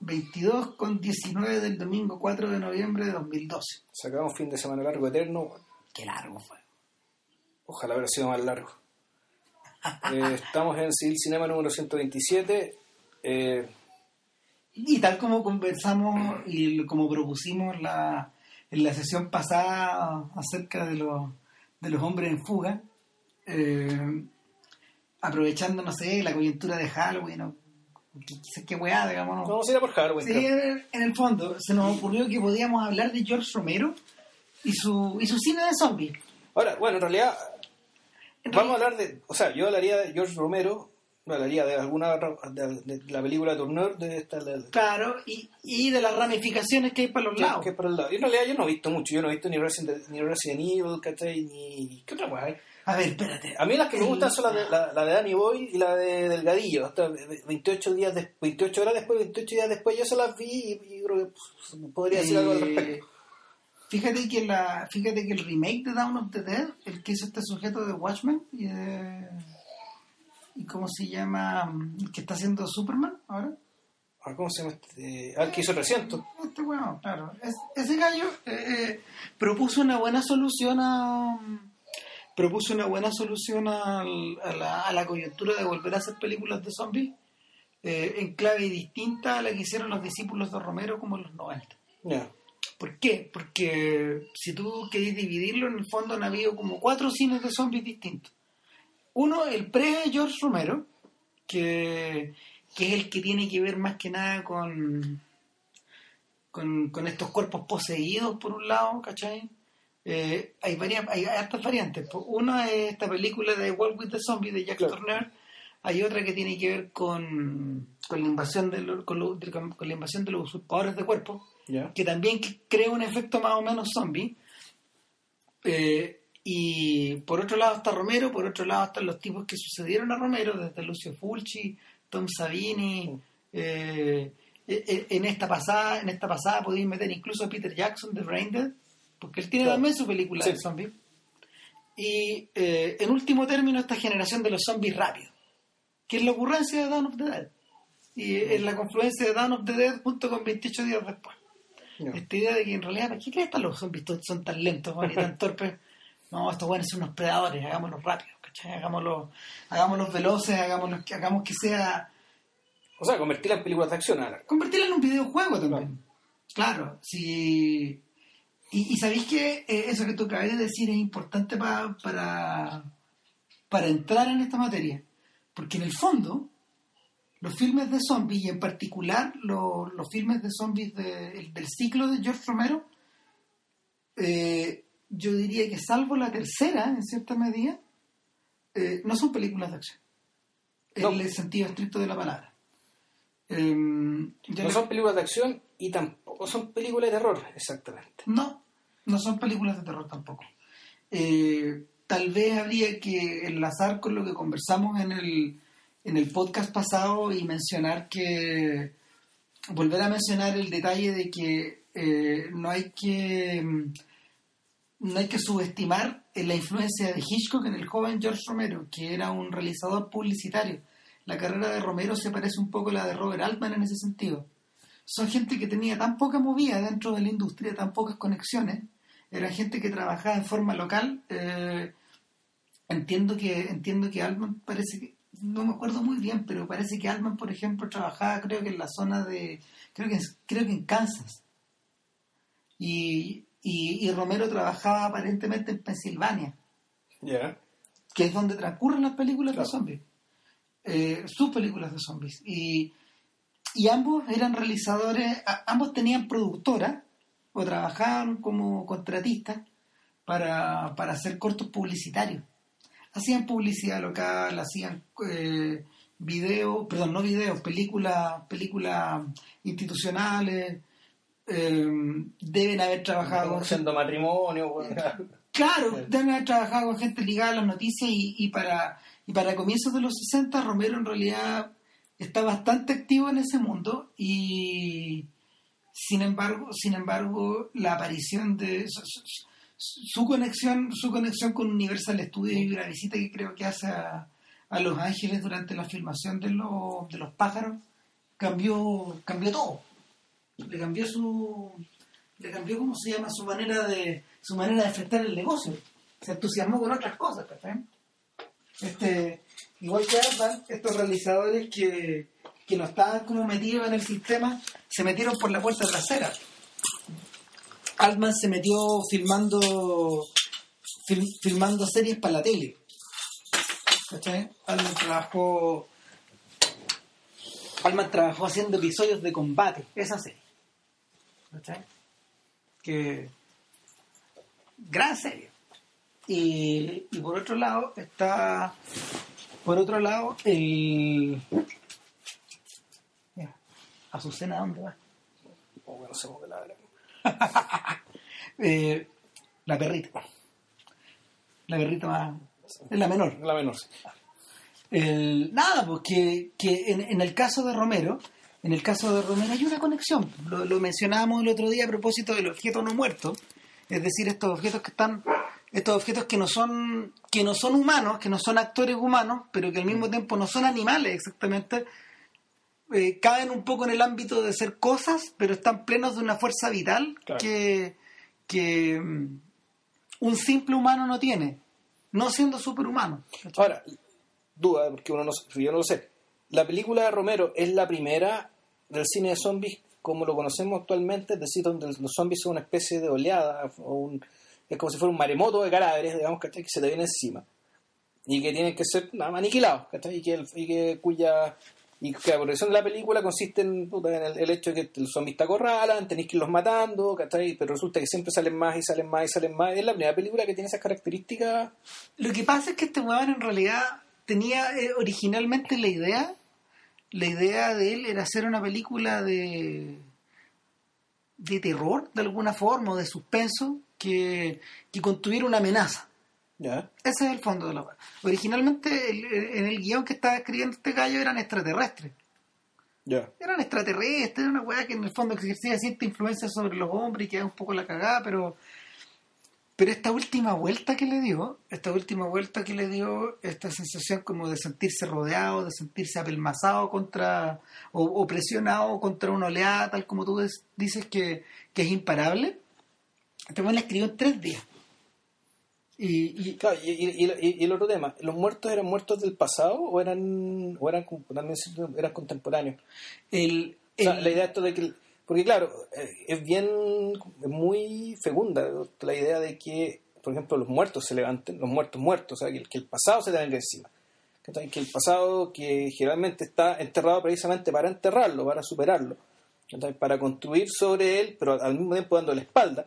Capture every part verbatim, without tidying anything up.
veintidós con diecinueve del domingo cuatro de noviembre de dos mil doce. Sacamos fin de semana largo eterno. Qué largo fue. Ojalá hubiera sido más largo. eh, estamos en Civil Cinema número ciento veintisiete. Eh, y tal como conversamos y como propusimos la, en la sesión pasada acerca de los, de los hombres en fuga, eh, aprovechando, no sé, la coyuntura de Halloween, ¿no? Quizás qué weá, digamos. ¿No? Vamos a ir a por Halloween. Sí, en, en el fondo, se nos ocurrió que podíamos hablar de George Romero y su, y su cine de zombies. Ahora, bueno, en realidad, en vamos realidad, a hablar de... O sea, yo hablaría de George Romero, no hablaría de alguna de, de la película Turner, de esta... De, claro, y, y de las ramificaciones que hay para los que, lados. Que para el lado. Y en realidad yo no he visto mucho, yo no he visto ni Resident, ni Resident Evil, ¿cachai? Ni... ¿Qué otra weá hay? A ver, espérate. A mí las que me gustan son las de, la, la de Danny Boyle y la de Delgadillo. Hasta veintiocho días de, veintiocho horas después, veintiocho días después, yo se las vi y, y creo que pues, podría decir eh, algo al respecto. Fíjate que, la, fíjate que el remake de Dawn of the Dead, el que hizo este sujeto de Watchmen, y, eh, y ¿cómo se llama? El que está haciendo Superman ahora. Ah, ¿cómo se llama este? Ah, el que hizo trescientos. Este bueno, claro. Es, ese gallo eh, eh, propuso una buena solución a... propuso una buena solución al, a, la, a la coyuntura de volver a hacer películas de zombies eh, en clave distinta a la que hicieron los discípulos de Romero como en los noventa. Yeah. ¿Por qué? Porque si tú querés dividirlo, en el fondo han habido como cuatro cines de zombies distintos. Uno, el pre-George Romero, que, que es el que tiene que ver más que nada con, con, con estos cuerpos poseídos, por un lado, ¿cachai? Eh, hay varias, hay hartas variantes. Una es esta película de Walk with the Zombie de Jack claro. Turner. Hay otra que tiene que ver con, con la invasión de lo, con, lo, con la invasión de los usurpadores de cuerpos, yeah. que también crea un efecto más o menos zombie. Eh, y por otro lado está Romero, por otro lado están los tipos que sucedieron a Romero, desde Lucio Fulci, Tom Savini. Mm. Eh, en esta pasada, en esta pasada podéis meter incluso a Peter Jackson de Brain Dead, porque él tiene claro. también su película sí. de zombies. Y eh, en último término, esta generación de los zombies rápidos, que es la ocurrencia de Dawn of the Dead. Y mm. es la confluencia de Dawn of the Dead junto con veintiocho días después. No. Esta idea de que en realidad, ¿para qué crees que los zombies son tan lentos y tan torpes? No, estos buenos son unos predadores, hagámoslos rápidos, ¿cachai? Hagámoslos, hagámoslos veloces, hagámoslos, hagamos que sea... O sea, convertirla en películas de acción. ¿no? Convertirla en un videojuego también. No. Claro, si... Y, y sabéis que eh, eso que tú acabas de decir es importante pa, para, para entrar en esta materia. Porque en el fondo, los filmes de zombies, y en particular los, los filmes de zombies de, el, del ciclo de George Romero, eh, yo diría que salvo la tercera, en cierta medida, eh, no son películas de acción. No. En el sentido estricto de la palabra. Eh, no le... son películas de acción y tampoco son películas de terror, exactamente. No, no son películas de terror tampoco. Eh, tal vez habría que enlazar con lo que conversamos en el, en el podcast pasado y mencionar que, volver a mencionar el detalle de que eh, no hay que no hay que subestimar la influencia de Hitchcock en el joven George Romero, que era un realizador publicitario. La carrera de Romero se parece un poco a la de Robert Altman en ese sentido. Son gente que tenía tan poca movida dentro de la industria, tan pocas conexiones. Era gente que trabajaba en forma local. Eh, entiendo que entiendo que Altman parece que, no me acuerdo muy bien, pero parece que Altman, por ejemplo, trabajaba creo que en la zona de, creo que creo que en Kansas. Y, y, y Romero trabajaba aparentemente en Pensilvania. Yeah. Que es donde transcurren las películas claro. de zombies. Eh, sus películas de zombies. Y, y ambos eran realizadores, a, ambos tenían productoras o trabajaban como contratistas para, para hacer cortos publicitarios. Hacían publicidad local, hacían eh, videos, perdón, no videos, películas, películas institucionales. Eh, deben haber trabajado con haciendo gente, matrimonio. Bueno. Claro, deben haber trabajado con gente ligada a las noticias y, y para y para comienzos de los sesenta Romero en realidad está bastante activo en ese mundo y sin embargo, sin embargo la aparición de su, su, su conexión, su conexión con Universal Studios y una visita que creo que hace a, a Los Ángeles durante la filmación de los de los pájaros cambió cambió todo. le cambió su le cambió cómo se llama su manera de su manera de enfrentar el negocio. Se entusiasmó con otras cosas, ¿cachai? Este, igual que Altman, estos realizadores que, que no estaban como metidos en el sistema se metieron por la puerta trasera. Altman se metió filmando fil, filmando series para la tele, ¿cachai? Altman trabajó Altman trabajó haciendo episodios de combate, esa serie, ¿cachai? Que gran serie. Y, y por otro lado está por otro lado el mira, Azucena, ¿dónde va? Oh, bueno, se mueve la eh, la perrita la perrita más es la menor la menor sí. el, nada pues que, que en, en el caso de Romero en el caso de Romero hay una conexión, lo, lo mencionábamos el otro día a propósito del objeto no muerto, es decir, estos objetos que están estos objetos que no son que no son humanos, que no son actores humanos, pero que al mismo tiempo no son animales exactamente, eh, caben un poco en el ámbito de ser cosas, pero están plenos de una fuerza vital, claro, que, que um, un simple humano no tiene, no siendo superhumano. Ahora, duda, porque uno no, yo no lo sé. La película de Romero es la primera del cine de zombies como lo conocemos actualmente, es decir, donde los zombies son una especie de oleada o un es como si fuera un maremoto de cadáveres, digamos, ¿cachai? Que se te viene encima y que tienen que ser nada, aniquilados, ¿cachai? Y que, el, y que cuya y que la progresión de la película consiste en, puta, en el, el hecho de que los zombies te acorralan, tenéis que irlos matando, ¿cachai? Pero resulta que siempre salen más y salen más y salen más. Es la primera película que tiene esas características. Lo que pasa es que este weón en realidad tenía eh, originalmente la idea la idea de él era hacer una película de de terror de alguna forma o de suspenso que, que contuviera una amenaza. ¿Ya? Ese es el fondo de la obra. Originalmente el, en el guión que estaba escribiendo este gallo eran extraterrestres. ¿Ya? Eran extraterrestres, era una weá que en el fondo ejercía cierta influencia sobre los hombres y que era un poco la cagada, pero pero esta última vuelta que le dio, esta última vuelta que le dio, esta sensación como de sentirse rodeado, de sentirse apelmazado contra o, o presionado contra una oleada, tal como tú des, dices que, que es imparable. Este weón la escribió en tres días. Y, y, claro, y, y, y, y el otro tema, ¿los muertos eran muertos del pasado o eran o eran, eran contemporáneos? El, o sea, el, la idea esto de que... Porque claro, es bien, es muy fecunda la idea de que, por ejemplo, los muertos se levanten, los muertos muertos, o sea, que, que el pasado se te venga encima. Que el pasado que generalmente está enterrado precisamente para enterrarlo, para superarlo, para construir sobre él, pero al mismo tiempo dando la espalda.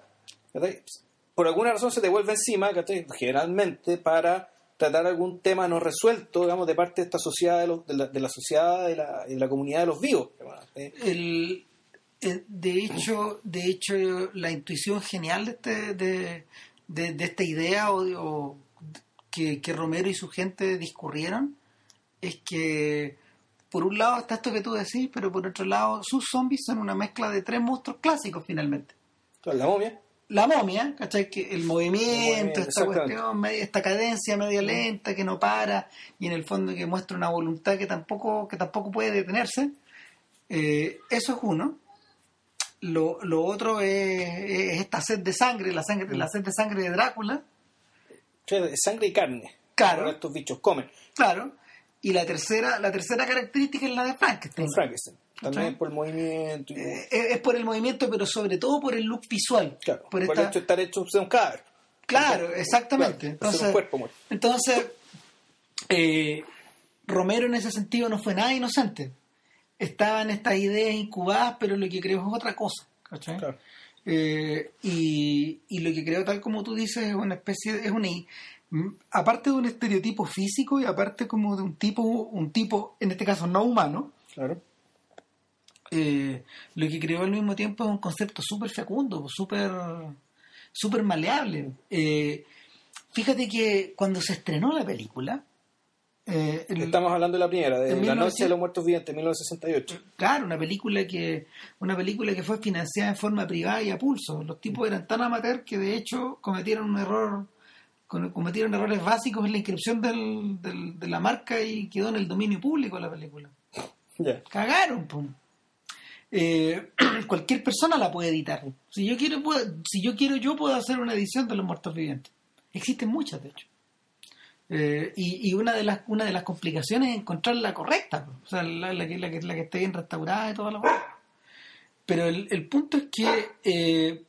Por alguna razón se te vuelve encima, generalmente para tratar algún tema no resuelto, digamos, de parte de esta sociedad, de, los, de, la, de la sociedad, de la, de la comunidad de los vivos. El... De hecho, de hecho, la intuición genial de este, de, de, de esta idea o, o que, que Romero y su gente discurrieron es que por un lado está esto que tú decís, pero por otro lado sus zombies son una mezcla de tres monstruos clásicos finalmente. La momia. La momia, ¿cachai? Que el movimiento, esta cuestión, esta cadencia media lenta que no para y en el fondo que muestra una voluntad que tampoco, que tampoco puede detenerse. Eh, eso es uno. Lo, lo otro es, es esta sed de sangre, la sangre, la sed de sangre de Drácula. Sí, sangre y carne. Claro. Estos bichos comen. Claro. Y la tercera, la tercera característica es la de Frankenstein. Frankenstein. También es por el movimiento. Y... Eh, es por el movimiento, pero sobre todo por el look visual. Claro. Por, por esta... el hecho de estar hecho de un cadáver. Claro, exactamente. Claro, entonces, un cuerpo muerto. entonces eh, Romero en ese sentido no fue nada inocente. Estaban estas ideas incubadas, pero lo que creo es otra cosa, ¿cachai? Claro. Eh, y, y lo que creo, tal como tú dices, es una especie de, es una, aparte de un estereotipo físico y aparte como de un tipo, un tipo, en este caso no humano, claro. eh, lo que creo al mismo tiempo es un concepto súper fecundo, súper súper maleable. Eh, fíjate que cuando se estrenó la película, Eh, el, Estamos hablando de la primera, de La mil novecientos Noche de los Muertos Vivientes, mil novecientos sesenta y ocho. Claro, una película que una película que fue financiada en forma privada y a pulso. Los tipos eran tan amateur que de hecho cometieron un error, cometieron errores básicos en la inscripción del, del, de la marca y quedó en el dominio público la película. Yeah. Cagaron, pum. eh, cualquier persona la puede editar. Si yo quiero, puedo, si yo quiero, yo puedo hacer una edición de Los Muertos Vivientes. Existen muchas, de hecho. Eh, y, y una de las una de las complicaciones es encontrar la correcta, o sea, la, la, que, la, que, la que esté bien restaurada y toda la cosa. Pero el, el punto es que eh,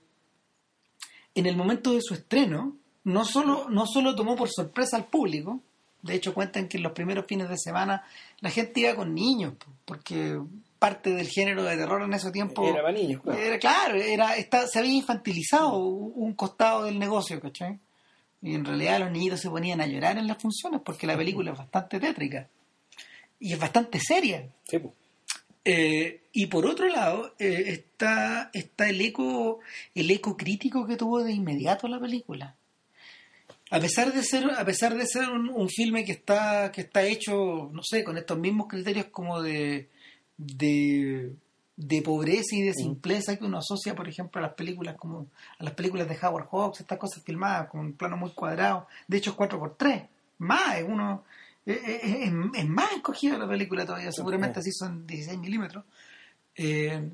en el momento de su estreno no solo, no solo tomó por sorpresa al público. De hecho cuentan que en los primeros fines de semana la gente iba con niños, porque parte del género de terror en ese tiempo era para niños, claro, era, claro era, está, se había infantilizado un costado del negocio, ¿cachai? Y en realidad los niñitos se ponían a llorar en las funciones porque la película es bastante tétrica y es bastante seria. Sí, pues. Eh, y por otro lado eh, está, está el eco el eco crítico que tuvo de inmediato la película. A pesar de ser, a pesar de ser un, un filme que está, que está hecho, no sé, con estos mismos criterios como de, de, de pobreza y de simpleza que uno asocia, por ejemplo, a las películas como a las películas de Howard Hawks, estas cosas filmadas con un plano muy cuadrado. De hecho es cuatro por tres, más, es uno, es, es, es más encogida la película todavía, seguramente así son dieciséis milímetros. Eh,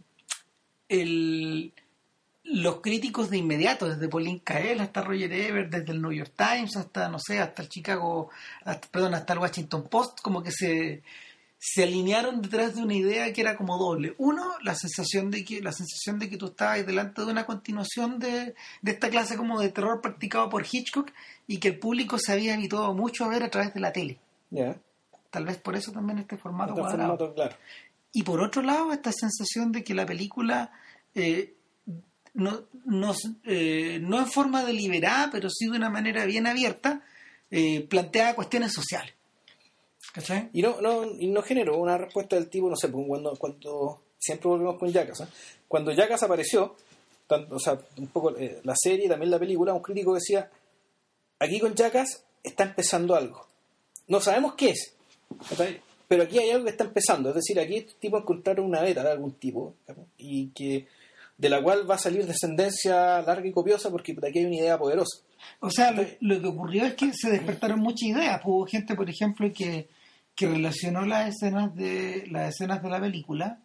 el Los críticos de inmediato, desde Pauline Kael hasta Roger Ebert, desde el New York Times hasta, no sé, hasta el Chicago, hasta, perdón, hasta el Washington Post, como que se, se alinearon detrás de una idea que era como doble. Uno, la sensación de que, la sensación de que tú estabas delante de una continuación de, de esta clase como de terror practicado por Hitchcock y que el público se había habituado mucho a ver a través de la tele. Yeah. Tal vez por eso también este formato Este cuadrado. formato, claro. Y por otro lado, esta sensación de que la película eh, no, no, eh, no en forma deliberada, pero sí de una manera bien abierta, eh, plantea cuestiones sociales. ¿Cachai? Y no, no, y no generó una respuesta del tipo, no sé, cuando, cuando siempre volvemos con Jackass, ¿eh? Cuando Jackass apareció, tanto, o sea, un poco eh, la serie y también la película, un crítico decía, aquí con Jackass está empezando algo. No sabemos qué es, ¿cachai? Pero aquí hay algo que está empezando, es decir, aquí estos tipos encontraron una beta de algún tipo, ¿cachai? Y que de la cual va a salir descendencia larga y copiosa porque por aquí hay una idea poderosa. O sea, lo, lo que ocurrió es que se despertaron muchas ideas. Hubo gente, por ejemplo, que, que relacionó las escenas de las escenas de la película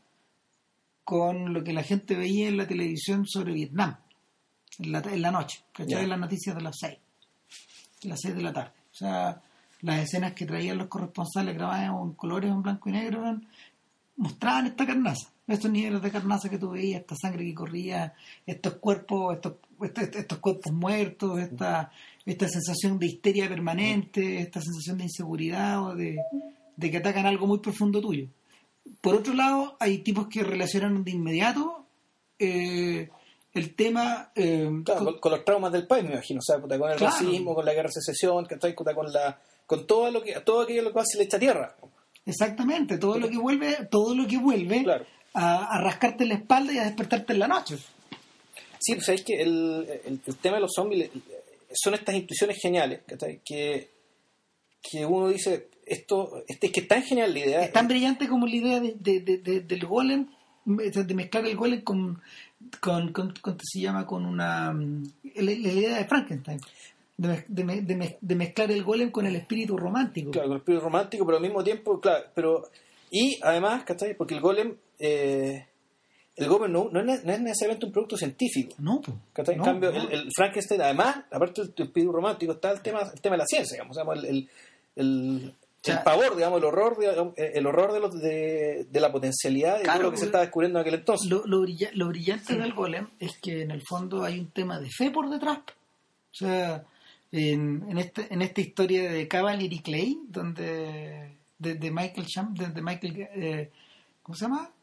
con lo que la gente veía en la televisión sobre Vietnam, en la, en la noche, ¿cachai? Yeah. En las noticias de las seis, las seis de la tarde. O sea, las escenas que traían los corresponsales grabadas en colores en blanco y negro eran, mostraban esta carnaza, estos niveles de carnaza que tú veías, esta sangre que corría, estos cuerpos, estos, estos, estos cuerpos muertos, esta, esta sensación de histeria permanente, esta sensación de inseguridad o de, de que atacan algo muy profundo tuyo. Por otro lado, hay tipos que relacionan de inmediato eh, el tema eh, claro, con, con los traumas del país, me imagino, o sea, con el claro. racismo, con la guerra de secesión, con la con todo lo que todo aquello lo cual se le echa tierra. Exactamente, todo lo que vuelve, todo lo que vuelve claro. a, a rascarte la espalda y a despertarte en la noche. Sí, pues sabéis que el, el, el tema de los zombies son estas intuiciones geniales, que que uno dice esto, este, es que es tan genial la idea, es tan brillante como la idea de, de, de, de, del golem, de mezclar el golem con con, con, con se llama con una la, la idea de Frankenstein. De, de, de, de mezclar el golem con el espíritu romántico. Claro, con el espíritu romántico, pero al mismo tiempo, claro, pero y además, ¿cachai? Porque el golem eh, el golem no, no, es, no es necesariamente un producto científico. No, ¿cachai? En no, cambio, no. El, el Frankenstein, además, aparte del espíritu romántico, está el tema, el tema de la ciencia, digamos, el, el, el, o sea, el pavor, digamos, el horror, digamos, el horror de, los, de, de la potencialidad de claro, todo lo que se está descubriendo en aquel entonces. Lo, lo, brilla, lo brillante del golem es que en el fondo hay un tema de fe por detrás. O sea, En, en, este, en esta historia de Cavalry Clay, donde de, de Michael Cham, de, de Michael, eh, ¿cómo se llama?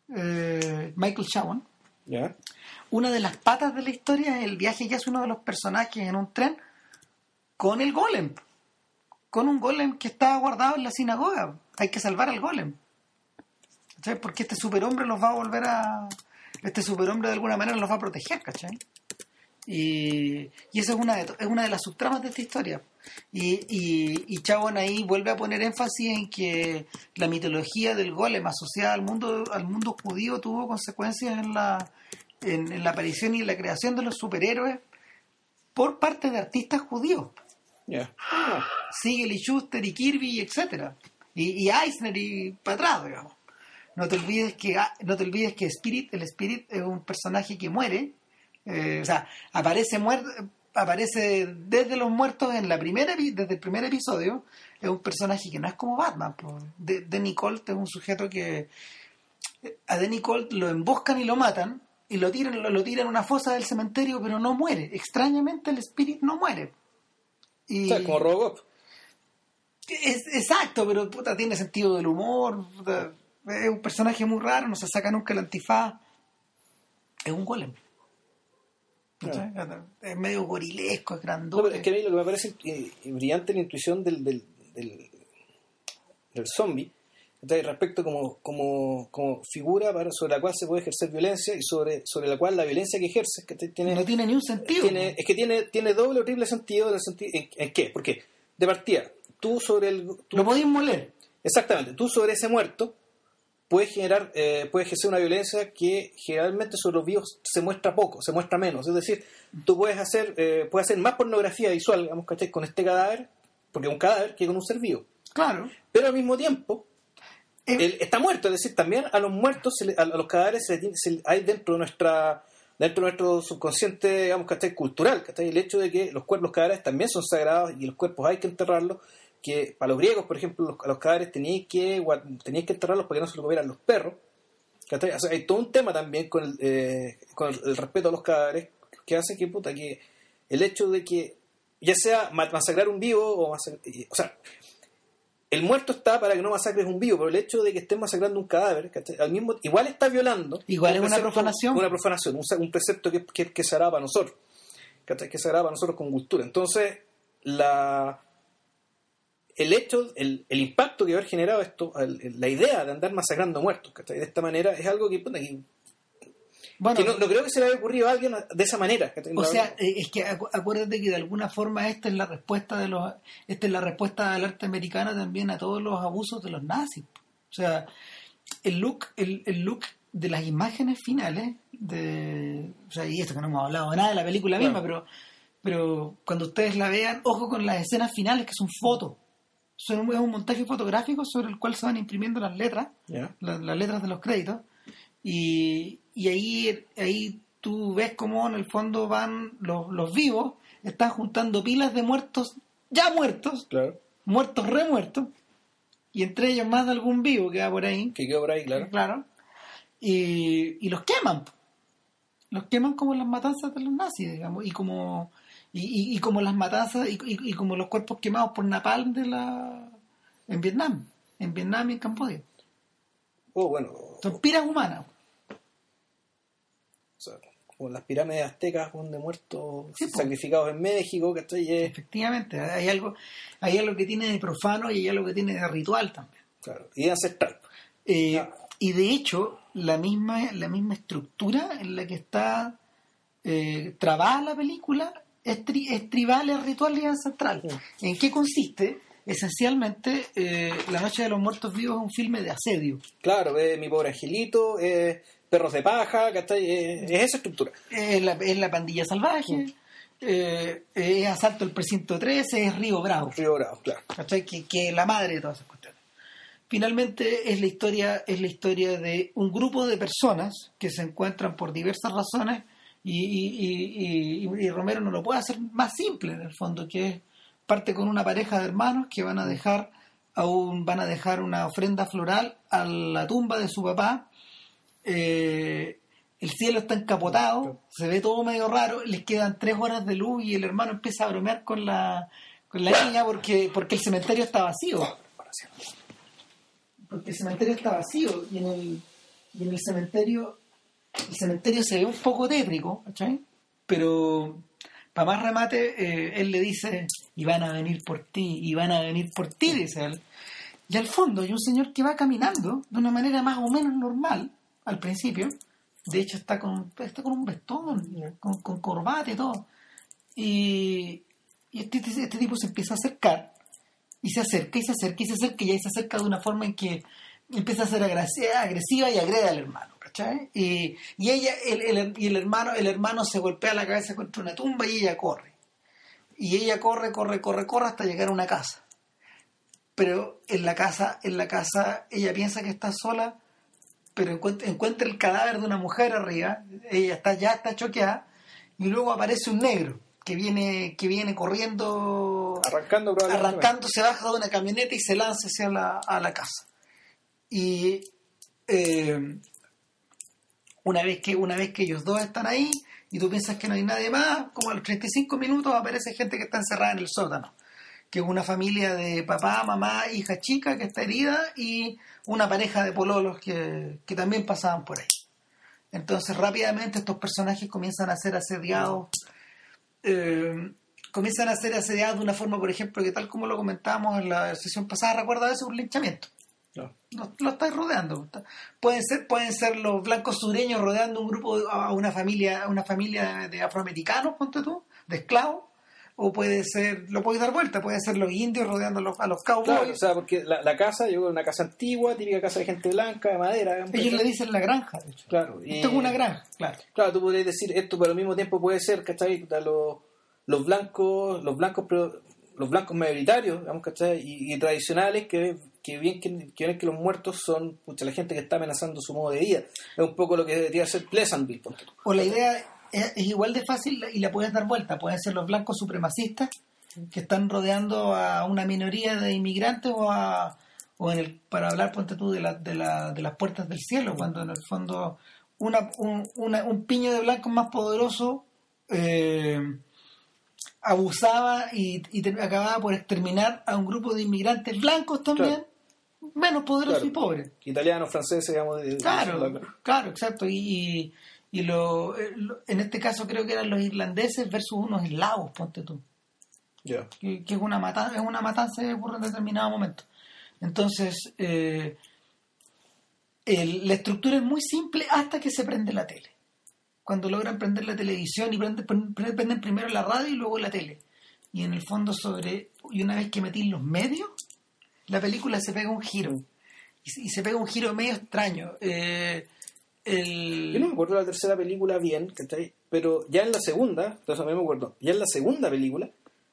Eh, Michael Chabon. Yeah. Una de las patas de la historia es el viaje que hace uno de los personajes en un tren con el golem, con un golem que estaba guardado en la sinagoga. Hay que salvar al golem, ¿cachai? Porque este superhombre los va a volver a, este superhombre de alguna manera los va a proteger, ¿cachai? Y, y esa es una, de, es una de las subtramas de esta historia. Y, y, y Chabon ahí vuelve a poner énfasis en que la mitología del golem asociada al mundo, al mundo judío tuvo consecuencias en la, en, en la aparición y en la creación de los superhéroes por parte de artistas judíos. Yeah. Siegel y Schuster y Kirby, etcétera, y, y Eisner y para atrás, digamos. no te olvides que ah, no te olvides que Spirit, el Spirit es un personaje que muere, eh, o sea, aparece muerto, aparece desde los muertos en la primera desde el primer episodio. Es un personaje que no es como Batman, pues. De, Danny Colt es un sujeto que a Danny Colt lo emboscan y lo matan y lo tiran lo, lo tiran a una fosa del cementerio, pero no muere. Extrañamente el Spirit no muere. Y... O sea, como Robocop. Es, exacto, pero puta, tiene sentido del humor, puta, es un personaje muy raro, no se saca nunca el antifaz, es un golem. Claro. Es medio gorilesco, es grandote. No, pero es que a mí lo que me parece eh, brillante la intuición del, del, del, del zombie, respecto como, como, como figura para, sobre la cual se puede ejercer violencia y sobre, sobre la cual la violencia que ejerce que tiene, no tiene ni un sentido. Tiene, es que tiene, tiene doble o triple sentido. En, el sentido ¿en, ¿En qué? Porque de partida, tú sobre el... Tú, lo podéis moler. Exactamente, tú sobre ese muerto puedes generar, eh, puedes ejercer una violencia que generalmente sobre los vivos se muestra poco, se muestra menos. Es decir, tú puedes hacer, eh, puedes hacer más pornografía visual, digamos, ¿cachai? Con este cadáver, porque es un cadáver, que con un ser vivo. Claro. Pero al mismo tiempo, eh, él está muerto. Es decir, también a los muertos, se le, a los cadáveres se, se, hay dentro de nuestra... dentro de nuestro subconsciente, digamos, ¿cachai? Cultural, ¿cachai? El hecho de que los cuerpos, los cadáveres también son sagrados y los cuerpos hay que enterrarlos, que para los griegos, por ejemplo, los, los cadáveres teníais que, teníais que enterrarlos para que no se los comieran los perros, ¿cachai? O sea, hay todo un tema también con el, eh, con el, el respeto a los cadáveres que hace que, puta, que el hecho de que ya sea masacrar un vivo o masacrar, o sea, el muerto está para que no masacres un vivo, pero el hecho de que estés masacrando un cadáver, ¿cachai? Al mismo, igual está violando. Igual es un una precepto, profanación. Una profanación, un, un precepto que, que, que se hará para nosotros, ¿cachai? Que se hará para nosotros con cultura. Entonces, la el hecho, el, el impacto que haber generado esto, el, la idea de andar masacrando muertos, ¿cachai? De esta manera, es algo que, puta, que, bueno, que no, no creo que se le haya ocurrido a alguien de esa manera, ¿cachai? O sea, es que acuérdate que de alguna forma esta es la respuesta de los esta es la respuesta del arte americana también a todos los abusos de los nazis. O sea, el look, el, el look de las imágenes finales de, o sea, y esto que no hemos hablado nada de la película misma, claro. pero pero cuando ustedes la vean, ojo con las escenas finales que son fotos. Son un, es un montaje fotográfico sobre el cual se van imprimiendo las letras, yeah. las, las letras de los créditos, y, y ahí, ahí tú ves cómo en el fondo van los, los vivos, están juntando pilas de muertos ya muertos, claro. muertos remuertos, y entre ellos más de algún vivo que va por ahí. Que queda por ahí, claro. claro y, y los queman. Los queman como las matanzas de los nazis, digamos, y como... Y, y, y como las matanzas y, y, y como los cuerpos quemados por napalm de la en Vietnam, en Vietnam y en Camboya. Oh, bueno. Son piras humanas. O sea, como las pirámides aztecas de muertos sí, sacrificados en México, ¿cachai? Efectivamente, hay algo, hay algo que tiene de profano y hay algo que tiene de ritual también. Claro, y de ancestral. Eh, ah. Y de hecho, la misma, la misma estructura en la que está eh, trabada la película Es, tri, es tribal, es ritual y ancestral. Sí. ¿En qué consiste? Esencialmente, eh, La Noche de los Muertos Vivos es un filme de asedio. Claro, es Mi Pobre Angelito, es Perros de Paja, ¿cachai? Es, es esa estructura. Es la, es la Pandilla Salvaje, mm. eh, es Asalto al Precinto trece, es Río Bravo. Río Bravo, claro. ¿Cachai? Que, que es la madre de todas esas cuestiones. Finalmente, es la historia, es la historia de un grupo de personas que se encuentran por diversas razones. Y, y, y, y, y Romero no lo puede hacer más simple en el fondo, que es parte con una pareja de hermanos que van a dejar a un, van a dejar una ofrenda floral a la tumba de su papá. Eh, el cielo está encapotado, se ve todo medio raro, les quedan tres horas de luz y el hermano empieza a bromear con la con la niña porque porque el cementerio está vacío, porque el cementerio está vacío y en el y en el cementerio el cementerio se ve un poco tétrico, ¿cachai? Pero para más remate, eh, él le dice, y van a venir por ti, y van a venir por ti, dice él. Y al fondo hay un señor que va caminando de una manera más o menos normal, al principio. De hecho está con, está con un vestón, con, con corbata y todo. Y, y este, este, este tipo se empieza a acercar, y se acerca, y se acerca, y se acerca, y ahí se acerca de una forma en que empieza a ser agresiva y agrede al hermano. ¿Cachai? Y, y ella el, el, y el hermano el hermano se golpea la cabeza contra una tumba y ella corre y ella corre corre corre corre hasta llegar a una casa, pero en la casa en la casa ella piensa que está sola pero encuentra, encuentra el cadáver de una mujer arriba, ella está ya está choqueada, y luego aparece un negro que viene que viene corriendo, arrancando arrancando, se baja de una camioneta y se lanza hacia la, a la casa. Y eh, una vez que una vez que ellos dos están ahí y tú piensas que no hay nadie más, como a los treinta y cinco minutos aparece gente que está encerrada en el sótano, que es una familia de papá, mamá, hija chica que está herida y una pareja de pololos que, que también pasaban por ahí. Entonces rápidamente estos personajes comienzan a ser asediados, eh, comienzan a ser asediados de una forma, por ejemplo, que tal como lo comentábamos en la sesión pasada, recuerda eso, un linchamiento. No. Lo, lo estáis rodeando. Pueden ser, pueden ser los blancos sureños rodeando un grupo, a una familia, a una familia de afroamericanos, ponte tú, de esclavos. O puede ser, lo puedes dar vuelta, puede ser los indios rodeando a los, a los cowboys. Claro, o sea, porque la, la casa, yo creo, una casa antigua, típica casa de gente blanca, de madera. Ellos le dicen la granja, de hecho. Claro. Y esto es una granja, claro. Claro, tú podrías decir esto, pero al mismo tiempo puede ser, ¿cachai? Los, los blancos, los blancos, los blancos mayoritarios, digamos, ¿cachai? Y, y tradicionales, que, que bien que, que ven que los muertos son, pucha, la gente que está amenazando su modo de vida. Es un poco lo que debería ser Pleasantville, ponte tú. O la idea es, es igual de fácil y la puedes dar vuelta. Pueden ser los blancos supremacistas que están rodeando a una minoría de inmigrantes o a o en el para hablar, ponte tú, de, la, de, la, de las puertas del cielo, cuando en el fondo una, un, una, un piño de blancos más poderoso eh, abusaba y, y te, acababa por exterminar a un grupo de inmigrantes blancos también, claro, menos poderosos, claro, y pobres. Italianos, franceses, digamos. De, claro, de claro, exacto. Y, y, y lo, lo, en este caso creo que eran los irlandeses versus unos eslavos, ponte tú. Yeah. Que, que es una matanza, es una matanza que ocurre en determinado momento. Entonces, eh, el, la estructura es muy simple hasta que se prende la tele. Cuando logran prender la televisión y prenden, prenden primero la radio y luego la tele. Y en el fondo sobre, y una vez que metí los medios, la película se pega un giro. Y, y se pega un giro medio extraño. Eh, el... Yo no me acuerdo de la tercera película bien, ¿cachai? Pero ya en la segunda, entonces a mí me acuerdo, ya en la segunda película,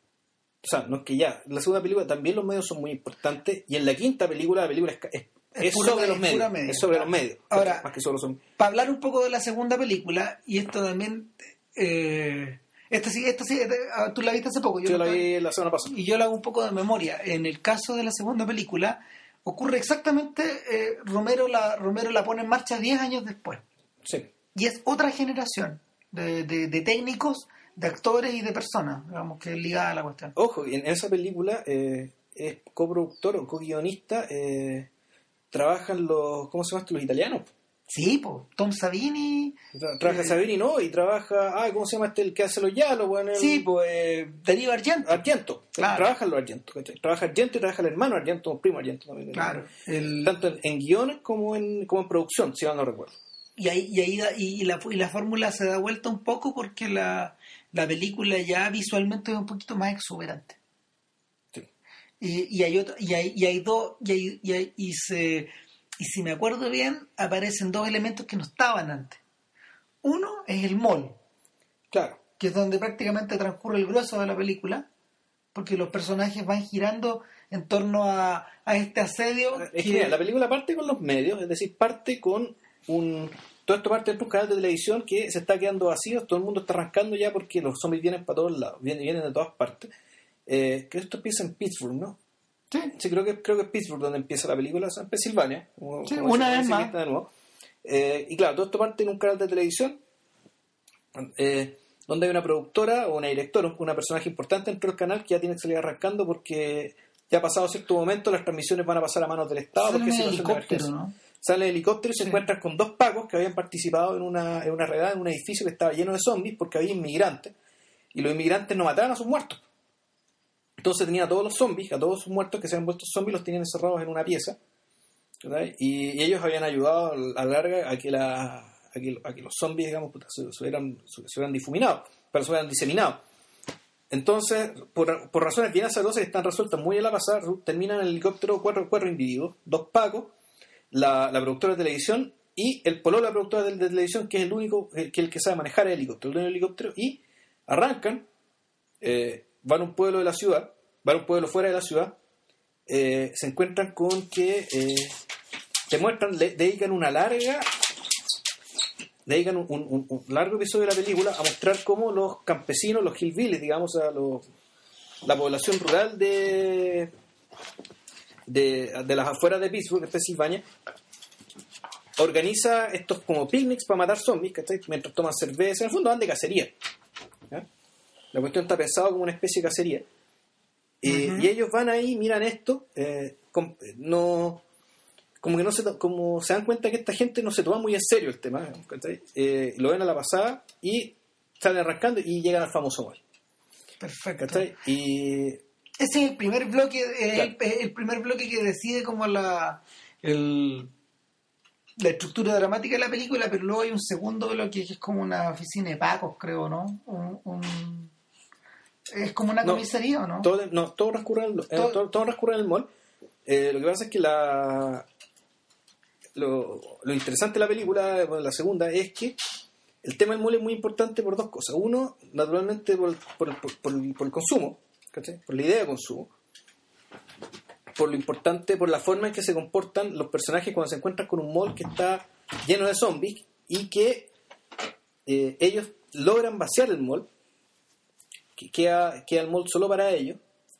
o sea, no es que ya, en la segunda película también los medios son muy importantes, y en la quinta película, la película es, es, es, es sobre los medios, medio, es sobre claro. los medios, ahora, más que solo son... Para hablar un poco de la segunda película, y esto también, eh, esta sí, esta sí, esta, tú la viste hace poco, yo, yo la vi la semana pasada, y yo la hago un poco de memoria. En el caso de la segunda película, ocurre exactamente, eh, Romero la Romero la pone en marcha diez años después, sí, y es otra generación de, de, de técnicos, de actores y de personas, digamos, que es ligada a la cuestión. Ojo, en esa película eh, es coproductor o co-guionista, eh, trabajan los, ¿cómo se llama esto? Los italianos. Sí, pues, Tom Savini. Tra- trabaja eh, Savini, ¿no? Y trabaja, ah, ¿cómo se llama este? El que hace los yalos, bueno, el... Sí, pues, eh, Darío Argento. Argento, claro. Trabajan los Argento, ¿cachai? Trabaja Argento y trabaja el hermano Argento, el primo Argento también. Claro. El... Tanto en, en guiones como en, como en producción, si mal no recuerdo. Y ahí, y, ahí da, y, la, y la fórmula se da vuelta un poco porque la, la película ya visualmente es un poquito más exuberante. Sí. Y, y hay otro, y hay, y hay dos, y, hay, y, hay, y se y si me acuerdo bien, aparecen dos elementos que no estaban antes. Uno es el mall. Claro. Que es donde prácticamente transcurre el grueso de la película, porque los personajes van girando en torno a, a este asedio. Es que... que la película parte con los medios, es decir, parte con un... Todo esto parte de un canal de televisión que se está quedando vacío, todo el mundo está arrancando ya porque los zombies vienen para todos lados, vienen, vienen de todas partes. Eh, creo que esto empieza en Pittsburgh, ¿no? Sí, sí creo que creo que es Pittsburgh donde empieza la película, o sea, en Pensilvania. Como, sí, como una vez más. De nuevo. Eh, y claro, todo esto parte en un canal de televisión eh, donde hay una productora o una directora, una personaje importante dentro del canal que ya tiene que salir arrancando porque ya ha pasado cierto momento, las transmisiones van a pasar a manos del Estado. Sale porque en helicóptero, ¿no? Sale el helicóptero y se sí. encuentran con dos pacos que habían participado en una, en una redada en un edificio que estaba lleno de zombies porque había inmigrantes y los inmigrantes no mataban a sus muertos. Entonces tenían a todos los zombies, a todos sus muertos que se habían vuelto zombies, los tenían encerrados en una pieza, y, y ellos habían ayudado a la larga a que, la, a que, a que los zombies, digamos, puta, se, se, hubieran, se, se hubieran difuminado, pero se hubieran diseminado. Entonces, por, por razones bien azarosas que están resueltas muy a la pasada, terminan en el helicóptero cuatro, cuatro individuos, dos pacos, la, la productora de televisión y el pololo de la productora de, de televisión, que es el único, que el que sabe manejar el helicóptero, el dueño del helicóptero, y arrancan, eh, van a un pueblo de la ciudad, van a un pueblo fuera de la ciudad, eh, se encuentran con que eh, te muestran, le dedican una larga dedican un, un, un largo episodio de la película a mostrar cómo los campesinos, los hillbillies, digamos, a los, la población rural de, de de las afueras de Pittsburgh, de Pensilvania, organiza estos como picnics para matar zombies, ¿cachai? Mientras toman cerveza, en el fondo van de cacería, ¿ya? La cuestión está pensada como una especie de cacería. Eh, uh-huh. Y ellos van ahí, miran esto, eh, com, no, como que no se, como se dan cuenta que esta gente no se toma muy en serio el tema, eh, lo ven a la pasada y salen arrancando y llegan al famoso mall. Perfecto. ¿Cachai? Y ese es el primer bloque, eh, claro. el, el primer bloque que decide como la el, la estructura dramática de la película, pero luego hay un segundo bloque que es como una oficina de pacos, creo, ¿no? Un, un Es como una comisaría, no, ¿o no? Todo, no, todo transcurre en el, todo, eh, todo, todo transcurre en el mall. Eh, lo que pasa es que la lo, lo interesante de la película, bueno, la segunda, es que el tema del mall es muy importante por dos cosas. Uno, naturalmente, por, por, por, por, por el consumo, ¿cachai? Por la idea de consumo. Por lo importante, por la forma en que se comportan los personajes cuando se encuentran con un mall que está lleno de zombies y que eh, ellos logran vaciar el mall. Queda, queda el mall solo para ellos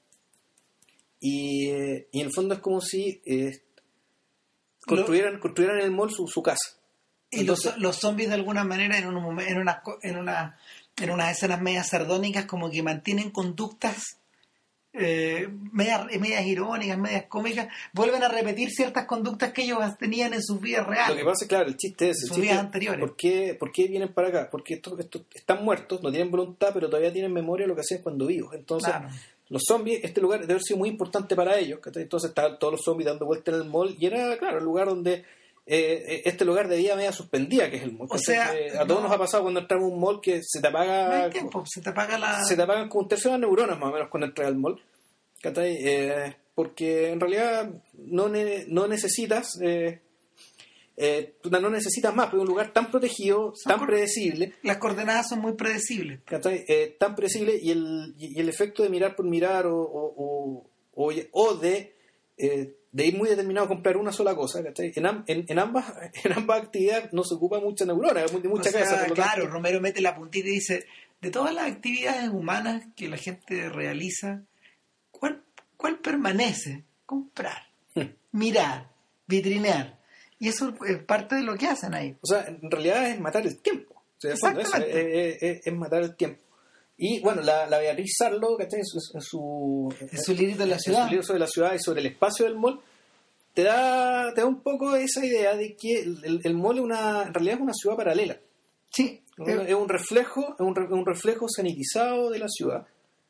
y, eh, y en el fondo es como si eh, construyeran, construyeran en el mall su, su casa. Y Entonces, los, los zombies de alguna manera en, un, en, unas, en, una, en unas escenas medias sardónicas como que mantienen conductas eh, medias, medias irónicas, medias cómicas, vuelven a repetir ciertas conductas que ellos tenían en sus vidas reales. Lo que pasa es, claro, el chiste es... En sus el vidas chiste, anteriores. ¿por qué, ¿Por qué vienen para acá? Porque estos, estos están muertos, no tienen voluntad, pero todavía tienen memoria de lo que hacían cuando vivos. Entonces, claro. Los zombies, este lugar debe haber sido muy importante para ellos. Entonces estaban todos los zombies dando vueltas en el mall y era, claro, el lugar donde... Eh, este lugar de vida media suspendida que es el mall. O sea, eh, a todos no, nos ha pasado cuando entramos a un mall que se te apaga... No hay tiempo, se te apaga la... Se te apagan como un tercio de las neuronas más o menos cuando entras al mall. Eh, porque en realidad no, ne- no necesitas eh, eh, no necesitas más, porque es un lugar tan protegido, son tan cor- predecible, las coordenadas son muy predecibles, eh, tan predecible y el, y el efecto de mirar por mirar o, o, o, o de, eh, de ir muy determinado a comprar una sola cosa, en, am- en, en ambas en ambas actividades no se ocupa mucha neurona, mucha o sea, cabeza, por lo claro, tanto, Romero mete la puntita y dice, de todas las actividades humanas que la gente realiza, ¿Cuál, ¿Cuál permanece? Comprar, mirar, vitrinear. Y eso es parte de lo que hacen ahí. O sea, en realidad es matar el tiempo. O sea, Exactamente. Eso, es, es, es matar el tiempo. Y bueno, la, la Beatriz Sarlo, ¿cachai? En su, en su, en su librito de la ciudad. En su libro sobre la ciudad y sobre el espacio del mall, te da, te da un poco esa idea de que el, el mall es una, en realidad es una ciudad paralela. Sí. Es, es un reflejo, es un, un reflejo sanitizado de la ciudad.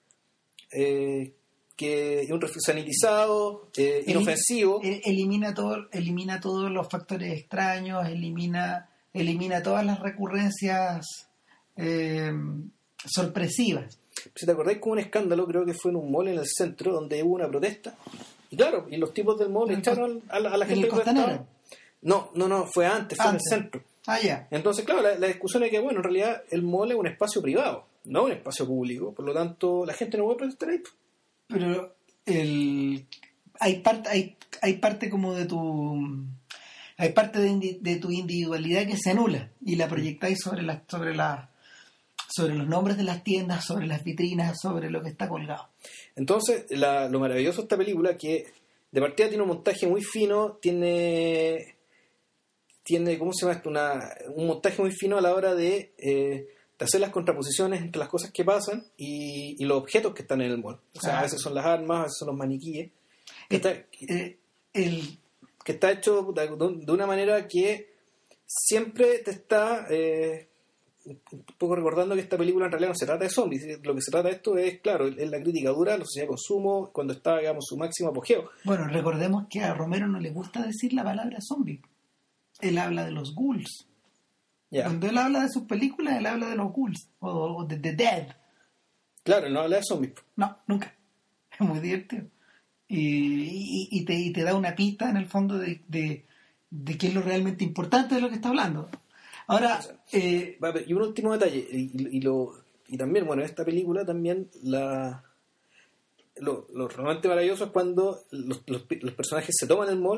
Eh, que un reflejo sanitizado, eh, inofensivo. El, elimina todo, elimina todos los factores extraños, elimina, elimina todas las recurrencias eh, sorpresivas. Si te acordáis, con un escándalo, creo que fue en un mall en el centro donde hubo una protesta. Y claro, y los tipos del mall echaron a la, a la gente que estaba. No, no, no, fue antes, fue antes. En el centro. Ah, ya. Entonces, claro, la, la discusión es que, bueno, en realidad el mall es un espacio privado, no un espacio público. Por lo tanto, la gente no puede protestar ahí. Pero el hay parte hay, hay parte como de tu hay parte de, de tu individualidad que se anula y la proyectáis sobre las sobre las sobre los nombres de las tiendas, sobre las vitrinas, sobre lo que está colgado. Entonces, la, lo maravilloso de esta película que de partida tiene un montaje muy fino, tiene tiene ¿cómo se llama esto? Una, un montaje muy fino a la hora de eh, de hacer las contraposiciones entre las cosas que pasan y, y los objetos que están en el mall. O sea, ah. a veces son las armas, a veces son los maniquíes. Que, está, eh, el... que está hecho de, de una manera que siempre te está eh, un poco recordando que esta película en realidad no se trata de zombies. Lo que se trata de esto es, claro, es la crítica dura a la sociedad de consumo cuando está, digamos, su máximo apogeo. Bueno, recordemos que a Romero no le gusta decir la palabra zombie. Él habla de los ghouls. Yeah. Cuando él habla de sus películas, él habla de los ghouls o, o de The Dead. Claro, él no habla de zombies. No, nunca. Es muy divertido. Y, y, y, te, y te da una pista en el fondo de, de, de qué es lo realmente importante de lo que está hablando. Ahora, o sea, eh, y un último detalle, y, y, lo, y también, bueno, en esta película también la lo, lo realmente maravilloso es cuando los, los, los personajes se toman el mall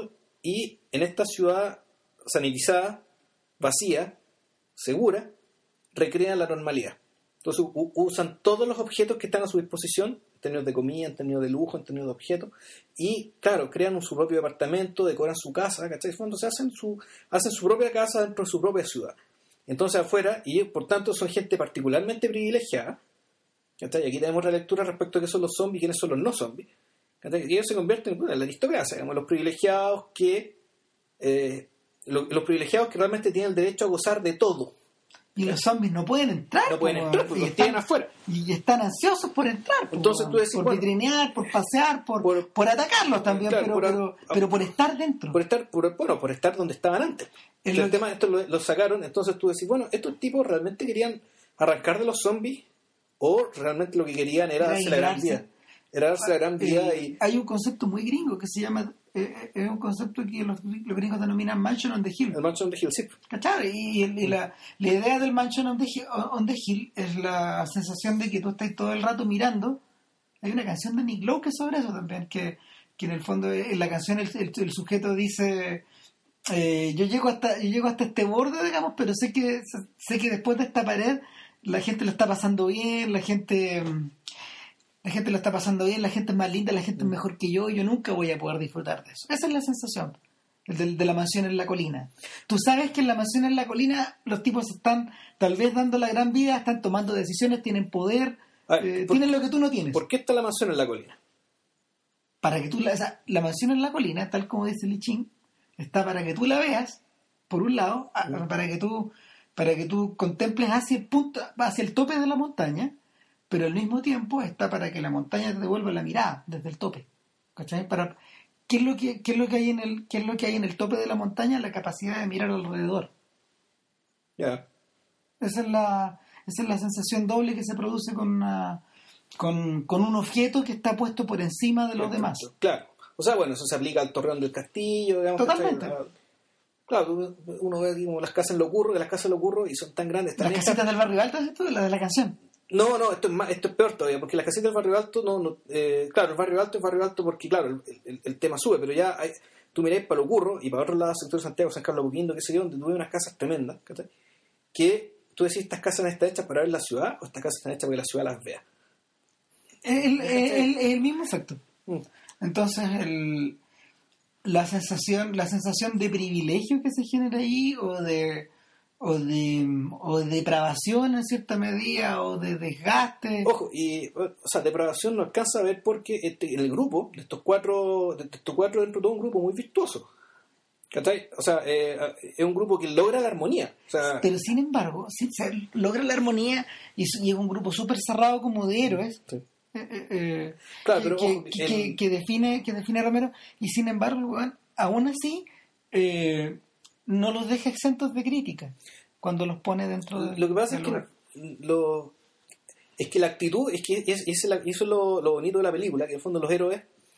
y en esta ciudad sanitizada, vacía, segura, recrean la normalidad. Entonces u- usan todos los objetos que están a su disposición, en términos de comida, en términos de lujo, en términos de objetos, y claro, crean un, su propio departamento, decoran su casa, ¿cachai? Entonces hacen su, hacen su propia casa dentro de su propia ciudad. Entonces afuera, y por tanto son gente particularmente privilegiada, ¿cachai? Y aquí tenemos relectura respecto a qué son los zombies y quiénes son los no zombies, ¿cachai? Y ellos se convierten bueno, en la aristocracia, digamos, los privilegiados que eh, lo, los privilegiados que realmente tienen el derecho a gozar de todo. Y los zombies no pueden entrar. No pueden po, entrar porque y los tienen afuera. Y están ansiosos por entrar. Po, Entonces tú decís, por bueno, vitrinear, por pasear, por, por, por, atacarlos también, claro, pero, por, pero, pero por estar dentro. Por estar, por, bueno, por estar donde estaban antes. El, el tema, esto lo, lo sacaron, entonces tú decís, bueno, estos tipos realmente querían arrancar de los zombies o realmente lo que querían era darse la gran vida. Era darse la gran vida. Eh, y hay un concepto muy gringo que se llama, eh, es un concepto que los, los gringos denominan Mansion on the Hill. El Mansion on the Hill, sí. ¿Cachai? Y, y la, la idea del Mansion on the, Hill, on the Hill es la sensación de que tú estás todo el rato mirando. Hay una canción de Nick Lowe que es sobre eso también, que, que en el fondo en la canción el, el, el sujeto dice... Eh, yo llego hasta yo llego hasta este borde, digamos, pero sé que sé que después de esta pared la gente lo está pasando bien, la gente la gente lo está pasando bien, la gente es más linda, la gente es mejor que yo, y yo nunca voy a poder disfrutar de eso. Esa es la sensación de, de la mansión en la colina. Tú sabes que en la mansión en la colina los tipos están tal vez dando la gran vida, están tomando decisiones, tienen poder, ver, eh, tienen lo que tú no tienes. ¿Por qué está la mansión en la colina? Para que tú la, o sea, la mansión en la colina, tal como dice Lichín, está para que tú la veas, por un lado, uh-huh. para que tú para que tú contemples hacia el punto, hacia el tope de la montaña, pero al mismo tiempo está para que la montaña te devuelva la mirada desde el tope. ¿Cachai? Para ¿qué es lo que qué es lo que hay en el qué es lo que hay en el tope de la montaña? La capacidad de mirar alrededor. Ya. Yeah. Esa es la esa es la sensación doble que se produce con una, con, con un objeto que está puesto por encima de los Perfecto. demás. Claro. O sea, bueno, eso se aplica al Torreón del Castillo, digamos. Totalmente. Que claro, uno ve digamos, las casas en lo curro, que las casas en lo curro y son tan grandes. Tan ¿Las casitas estas... del barrio alto es esto? ¿La de la canción? No, no, esto es más, esto es peor todavía, porque las casitas del barrio alto, no, no eh, claro, el barrio alto es barrio alto porque, claro, el, el, el tema sube, pero ya hay, tú miráis para lo curro y para otros lados, sector de Santiago, San Carlos Apoquindo, qué sé yo, donde tú ves unas casas tremendas, ¿cachai? Que tú decís, ¿estas casas están hechas para ver la ciudad o estas casas están hechas para que la ciudad las vea? Es el, el, el mismo efecto. Mm. Entonces, el, la sensación la sensación de privilegio que se genera ahí, o de o de o de depravación en cierta medida, o de desgaste. Ojo, y o sea, depravación no alcanza a ver porque este, el grupo, de estos cuatro, de estos cuatro dentro de todo un grupo muy virtuoso. ¿Cachai? O sea, eh, es un grupo que logra la armonía. O sea, pero sin embargo, sí, se logra la armonía y, y es un grupo súper cerrado como de héroes. Sí. Eh, eh, eh, claro, que, pero, que, ojo, que, el... que, que define que define a Romero, y sin embargo, bueno, aún así eh, no los deja exentos de crítica cuando los pone dentro de lo que pasa es lugar. que lo, es que la actitud es que es, es la, eso es lo, lo bonito de la película, que en el fondo los héroes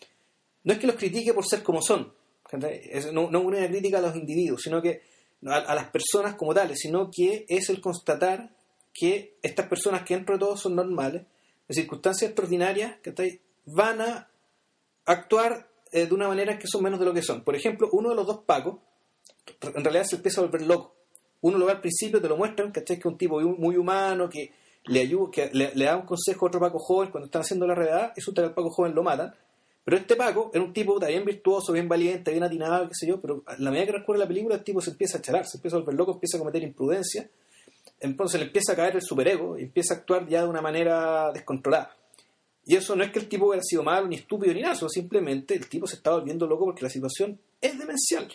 no es que los critique por ser como son, es, no, no una crítica a los individuos, sino que a, a las personas como tales, sino que es el constatar que estas personas que dentro de todo son normales, en circunstancias extraordinarias, que van a actuar eh, de una manera que son menos de lo que son. Por ejemplo, uno de los dos pacos en realidad se empieza a volver loco. Uno lo ve al principio, te lo muestran, ¿cachai? Que es un tipo muy humano, que le ayuda, que le, le da un consejo a otro paco joven cuando están haciendo la redada, y resulta que al paco joven lo matan. Pero este paco era un tipo bien virtuoso, bien valiente, bien atinado, qué sé yo, pero a la medida que transcurre la película el tipo se empieza a chalar, se empieza a volver loco, empieza a cometer imprudencia. Entonces le empieza a caer el superego y empieza a actuar ya de una manera descontrolada. Y eso no es que el tipo hubiera sido malo, ni estúpido, ni nada, sino simplemente el tipo se está volviendo loco porque la situación es demencial.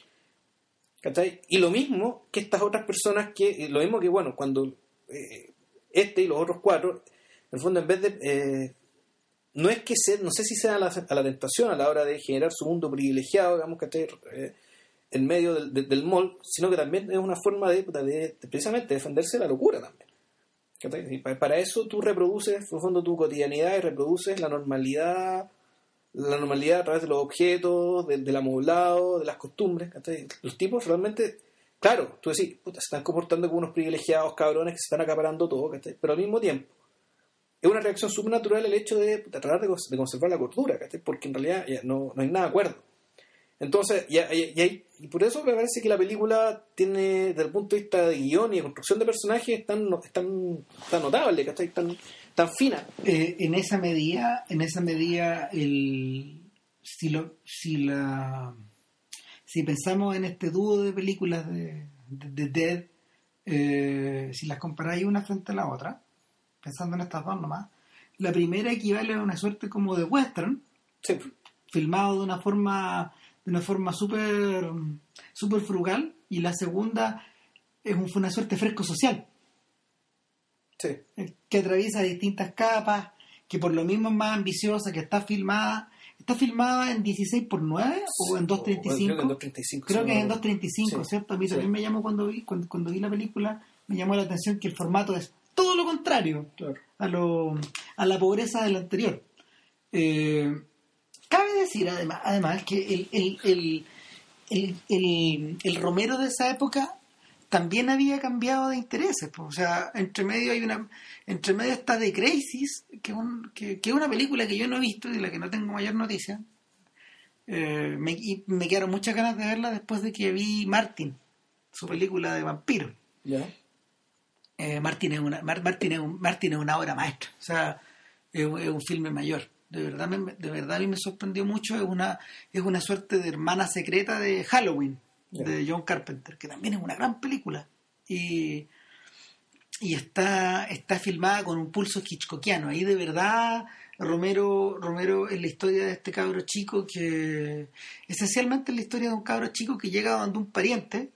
¿Cachai? Y lo mismo que estas otras personas que, lo mismo que, bueno, cuando eh, este y los otros cuatro, en el fondo en vez de... Eh, no es que se, no sé si sea a la, a la tentación a la hora de generar su mundo privilegiado, digamos, ¿cachai? Eh, en medio del, del, del mall, sino que también es una forma de, de, de, de precisamente defenderse de la locura también. ¿Cachai? Y para, para eso tú reproduces, en el fondo, tu cotidianidad y reproduces la normalidad, la normalidad a través de los objetos, de, del amoblado, de las costumbres. ¿Cachai? Los tipos realmente, claro, tú decís, puta, se están comportando como unos privilegiados cabrones que se están acaparando todo, ¿cachai? Pero al mismo tiempo es una reacción supernatural el hecho de, de tratar de, de conservar la cordura, ¿cachai? Porque en realidad ya no, no hay nada de acuerdo. Entonces, y, y, y, hay- y por eso me parece que la película tiene, desde el punto de vista de guión y de construcción de personajes, es tan, es tan, tan notable, ¿cachai? Tan, tan fina. Eh, en esa medida, en esa medida, el si lo, si la si pensamos en este dúo de películas de, de, de Dead, eh, si las comparáis una frente a la otra, pensando en estas dos nomás, la primera equivale a una suerte como de western, Sí. filmado de una forma de una forma súper súper frugal, y la segunda es un- fue una suerte de fresco social Sí. eh, que atraviesa distintas capas, que por lo mismo es más ambiciosa, que está filmada está filmada en dieciséis por nueve o en dos treinta y Creo que en cinco. dos treinta y cinco. Creo sí, que es en no- dos treinta y cinco, Sí. ¿cierto? A mí Sí. también me llamó cuando vi cuando, cuando vi la película, me llamó la atención que el formato es todo lo contrario Claro. a lo a la pobreza del anterior. Eh, Cabe decir además, además que el, el, el, el, el- el Romero de esa época también había cambiado de intereses, pues. O sea, entre medio hay una entre medio está The Crisis, que es, un- que, que es una película que yo no he visto y de la que no tengo mayor noticia. Eh, me, y me quedaron muchas ganas de verla después de que vi Martin, su película de vampiros. Ya. Eh, Martin, es una, Mar- Martin, es un- Martin es una obra maestra, o sea, es, un es un filme mayor. De verdad, me, de verdad a mí me sorprendió mucho. Es una, es una suerte de hermana secreta de Halloween, Ya. de John Carpenter, que también es una gran película. Y, y está, está filmada con un pulso hitchcockiano. Ahí de verdad Romero, Romero es la historia de este cabro chico que, esencialmente es la historia de un cabro chico que llega donde un pariente,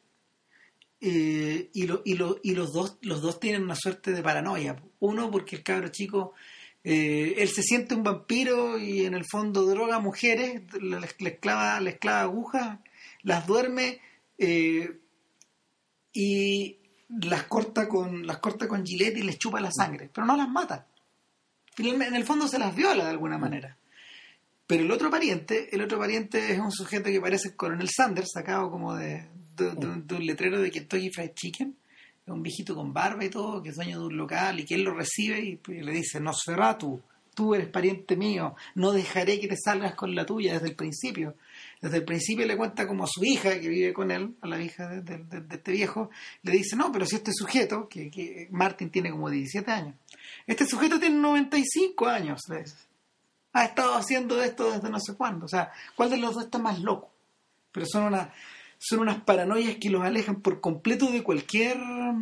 eh, y, lo, y, lo, y los dos los dos tienen una suerte de paranoia. Uno porque el cabro chico, eh, él se siente un vampiro y en el fondo droga a mujeres, les, les clava, les clava agujas, las duerme, eh, y las corta con las corta con Gillette y les chupa la sangre, pero no las mata. Finalmente, en el fondo se las viola de alguna manera. Pero el otro pariente, el otro pariente es un sujeto que parece el Coronel Sanders, sacado como de, de, de- de un letrero de Kentucky Fried Chicken. Es un viejito con barba y todo, que es dueño de un local y que él lo recibe y, pues, le dice: Nosferatu, tú eres pariente mío, no dejaré que te salgas con la tuya desde el principio. Desde el principio le cuenta como a su hija que vive con él, a la hija de, de- de- de este viejo, le dice: no, pero si este sujeto, que, que Martin tiene como diecisiete años, este sujeto tiene noventa y cinco años, le dice. Ha estado haciendo esto desde no sé cuándo. O sea, ¿cuál de los dos está más loco? Pero son unas son unas paranoias que los alejan por completo de cualquier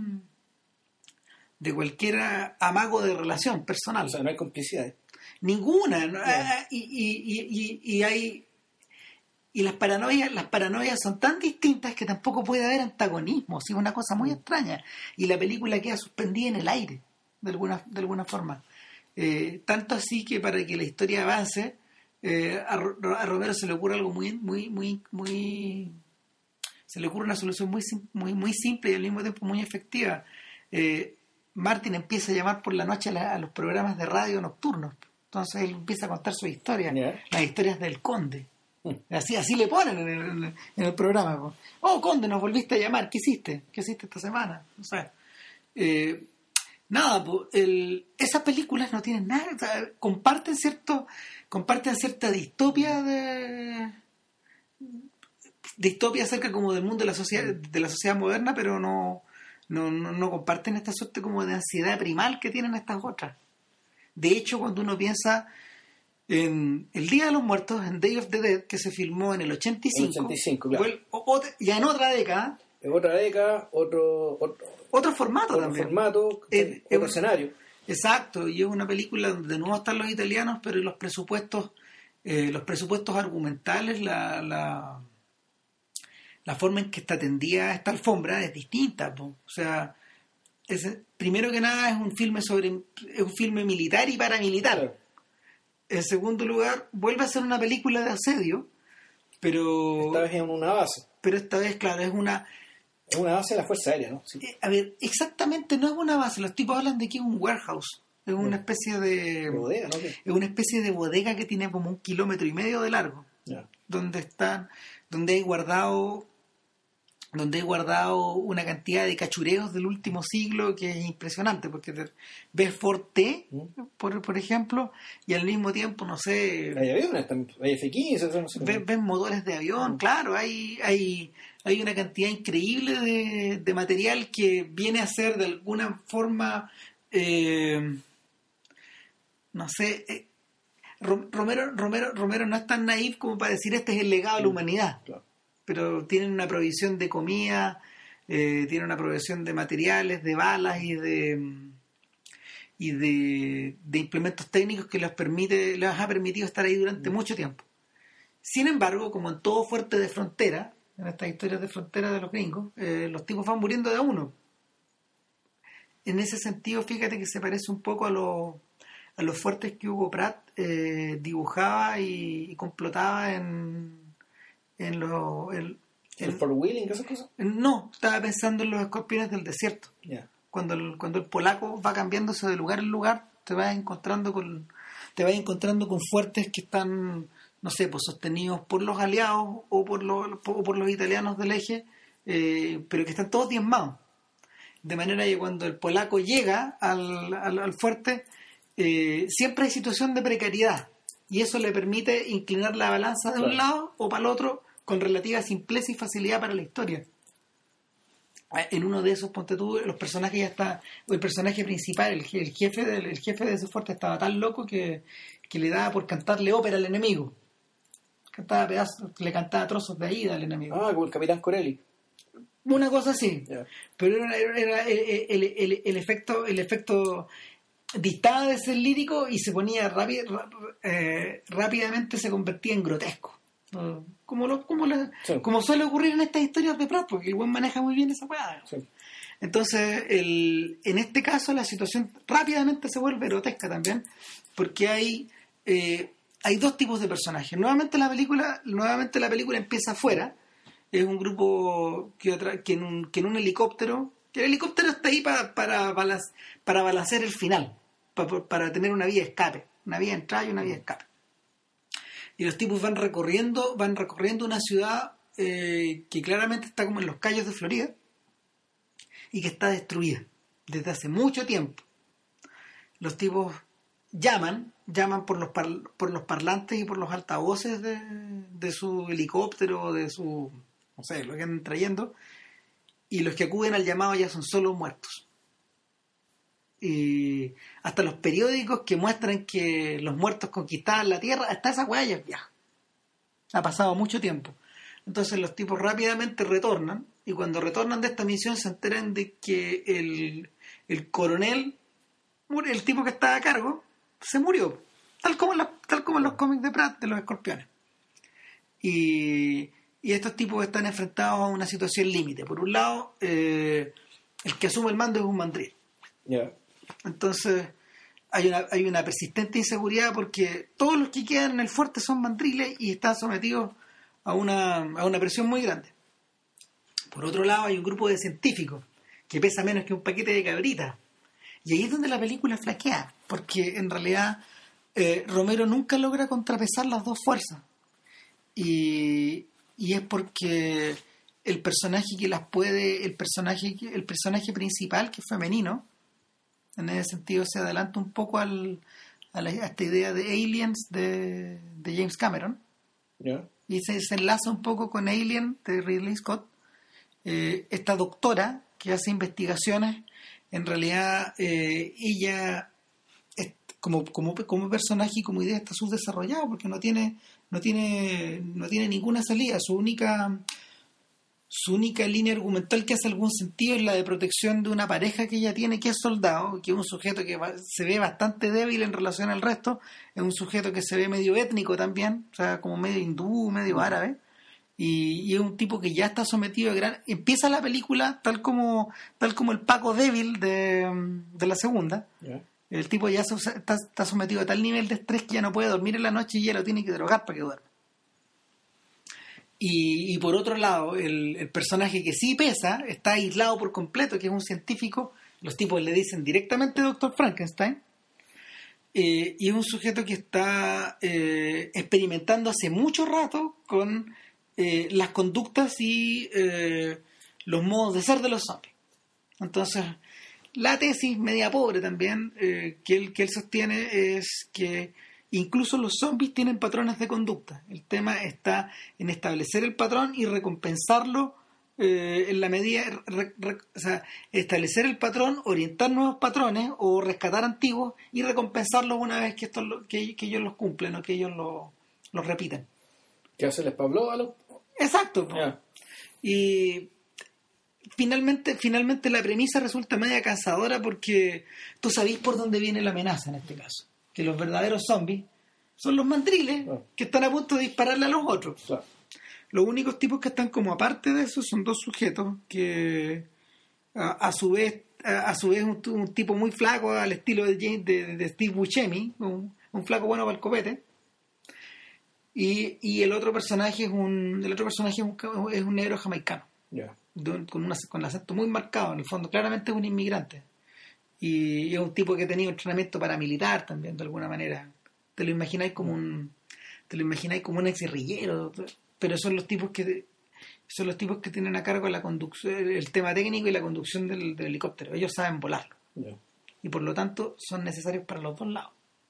de cualquier amago de relación personal. O sea, no hay complicidad. Ninguna. ¿No? Yeah. Ah, y, y, y, y, y hay y las paranoias las paranoias son tan distintas que tampoco puede haber antagonismo. Es una cosa muy extraña. Y la película queda suspendida en el aire, de alguna de alguna forma. Eh, tanto así que para que la historia avance, eh, a, Ro- a Romero se le ocurre algo muy muy muy muy se le ocurre una solución muy sim- muy muy simple y al mismo tiempo muy efectiva. eh, Martin empieza a llamar por la noche a, la- a los programas de radio nocturnos. Entonces él empieza a contar sus historias, Yeah. las historias del conde. Mm. Así, así le ponen en el, en el- en el programa, po. Oh, conde, nos volviste a llamar, ¿qué hiciste? ¿Qué hiciste esta semana? O sea, eh, nada, po, el, esas películas no tienen nada, o sea, comparten cierto, comparten cierta distopia de distopia acerca como del mundo de la sociedad, de la sociedad moderna, pero no, no, no, no comparten esta suerte como de ansiedad primal que tienen estas otras. De hecho, cuando uno piensa en El Día de los Muertos, en Day of the Dead, que se filmó en el ochenta y cinco, En el ochenta y cinco, claro. fue el- o- otra- ya en otra década, Es otra década, otro, otro, otro formato otro también. formato, Eh, otro eh, escenario. Exacto, y es una película donde de nuevo están los italianos, pero los presupuestos, eh, los presupuestos argumentales, la, la, la forma en que está tendida esta alfombra es distinta, po. O sea, es, primero que nada es un filme sobre es un filme militar y paramilitar. Claro. En segundo lugar, vuelve a ser una película de asedio, pero Esta vez en una base. pero esta vez, claro, es una Es una base de la Fuerza Aérea, ¿no? Sí. eh, a ver, exactamente no es una base, los tipos hablan de que es un warehouse, es una especie de De bodega, ¿no? ¿Qué? es una especie de bodega que tiene como un kilómetro y medio de largo, Ya. donde están, donde hay guardado donde he guardado una cantidad de cachureos del último siglo que es impresionante, porque te- ves Ford T, por, por ejemplo, y al mismo tiempo, no sé, Hay aviones también, hay F quince, eso no sé. ves, ves motores de avión, claro, hay, hay, hay una cantidad increíble de, de material que viene a ser de alguna forma, eh, no sé, eh, Ro- Romero, Romero, Romero no es tan naif como para decir este es el legado de la humanidad, Claro. pero tienen una provisión de comida, eh, tienen una provisión de materiales, de balas y de y de, de implementos técnicos que les permite, les ha permitido estar ahí durante Mm. mucho tiempo. Sin embargo, como en todo fuerte de frontera, en estas historias de frontera de los gringos, eh, los tipos van muriendo de a uno. En ese sentido, fíjate que se parece un poco a los a los fuertes que Hugo Pratt eh, dibujaba y, y complotaba en en los en- ¿El en- Fort Wheeling, esas cosas? no, estaba pensando en los escorpiones del desierto. Ya. Cuando el, cuando el polaco va cambiándose de lugar en lugar, te vas encontrando con te vas encontrando con fuertes que están, no sé, pues sostenidos por los aliados o por los o por los italianos del eje, eh, pero que están todos diezmados. De manera que cuando el polaco llega al, al, al fuerte, eh, siempre hay situación de precariedad y eso le permite inclinar la balanza de un Claro. lado o para el otro con relativa simpleza y facilidad para la historia. En uno de esos, ponte tú, los personajes ya está, el personaje principal, el, je- el jefe del el jefe de ese fuerte estaba tan loco que, que le daba por cantarle ópera al enemigo. Cantaba pedazos, le cantaba trozos de Aida al enemigo. Ah, como el Capitán Corelli. Una cosa así. Ya. Pero era, era el, el, el, el efecto, el efecto distaba de ser lírico y se ponía rápi- ra- eh, rápidamente se convertía en grotesco. ¿No? Como, lo, como, la- Sí. como suele ocurrir en estas historias de Pratt, porque el buen maneja muy bien esa weá. Sí. Entonces, el, en este caso la situación rápidamente se vuelve grotesca también, porque hay, eh, hay dos tipos de personajes. Nuevamente la película, nuevamente la película empieza afuera. Es un grupo que, otra- que, en, un, que en un helicóptero, que el helicóptero está ahí para, para, balas- para balancear el final, para, para tener una vía de escape, una vía de entrada y una vía de escape. Y los tipos van recorriendo, van recorriendo una ciudad eh, que claramente está como en los Cayos de Florida y que está destruida desde hace mucho tiempo. Los tipos llaman, llaman por los par- por los parlantes y por los altavoces de, de su helicóptero, de su, no sé, lo que andan trayendo, y los que acuden al llamado ya son solo muertos. Y hasta los periódicos que muestran que los muertos conquistaban la tierra, hasta esa weá ya viaja. Ha pasado mucho tiempo. Entonces los tipos rápidamente retornan y cuando retornan de esta misión se enteran de que el, el coronel, el tipo que estaba a cargo, se murió. Tal como en, la- tal como en los cómics de Pratt de los escorpiones. Y, y estos tipos están enfrentados a una situación límite. Por un lado, eh, el que asume el mando es un mandril. Ya. Entonces hay una, hay una persistente inseguridad porque todos los que quedan en el fuerte son mandriles y están sometidos a una, a una presión muy grande. Por otro lado hay un grupo de científicos que pesa menos que un paquete de cabritas. Y ahí es donde la película flaquea, porque en realidad eh, Romero nunca logra contrapesar las dos fuerzas. Y, y es porque el personaje que las puede, el personaje, que- el personaje principal, que es femenino, en ese sentido se adelanta un poco al, a, la- a esta idea de Aliens de, de James Cameron Ya. y se, se enlaza un poco con Alien de Ridley Scott. Eh, esta doctora que hace investigaciones, en realidad eh, ella es- como, como, como personaje y como idea está subdesarrollado porque no tiene no tiene no tiene ninguna salida. Su única su única línea argumental que hace algún sentido es la de protección de una pareja que ella tiene, que es soldado, que es un sujeto que va- se ve bastante débil en relación al resto, es un sujeto que se ve medio étnico también, o sea, como medio hindú, medio árabe, y, y es un tipo que ya está sometido a gran... Empieza la película tal como tal como el Paco débil de, de la segunda. Ya. El tipo ya se- está, está sometido a tal nivel de estrés que ya no puede dormir en la noche y ya lo tiene que drogar para que duerma. Y, y por otro lado, el, el personaje que sí pesa está aislado por completo, que es un científico. Los tipos le dicen directamente doctor Frankenstein. Eh, y es un sujeto que está eh, experimentando hace mucho rato con eh, las conductas y, eh, los modos de ser de los zombies. Entonces, la tesis media pobre también eh, que, él, que él sostiene es que incluso los zombies tienen patrones de conducta. El tema está en establecer el patrón y recompensarlo eh, en la medida, re, re, o sea, establecer el patrón, orientar nuevos patrones o rescatar antiguos y recompensarlos una vez que, estos, que, que ellos los cumplen o que ellos los, los repiten. ¿Qué hace les Pablo a los? Exacto. Yeah. Y finalmente, finalmente la premisa resulta media cansadora porque tú sabés por dónde viene la amenaza en este caso. Que los verdaderos zombies son los mandriles oh. que están a punto de dispararle a los otros. Claro. Los únicos tipos que están como aparte de eso son dos sujetos que a, a su vez a, a su vez un, un tipo muy flaco al estilo de, James, de, de Steve Buscemi, un, un flaco bueno para el copete. Y, y el otro personaje es un el otro personaje es un, es un negro jamaicano. Yeah. De, con, una, con el acento muy marcado, en el fondo claramente es un inmigrante. Y es un tipo que ha tenido entrenamiento paramilitar también, de alguna manera. Te lo imagináis como un te lo imagináis como un ex guerrillero, pero son los tipos que son los tipos que tienen a cargo la conducción, el tema técnico y la conducción del, del helicóptero. Ellos saben volarlo. Yeah. Y por lo tanto son necesarios para los dos lados.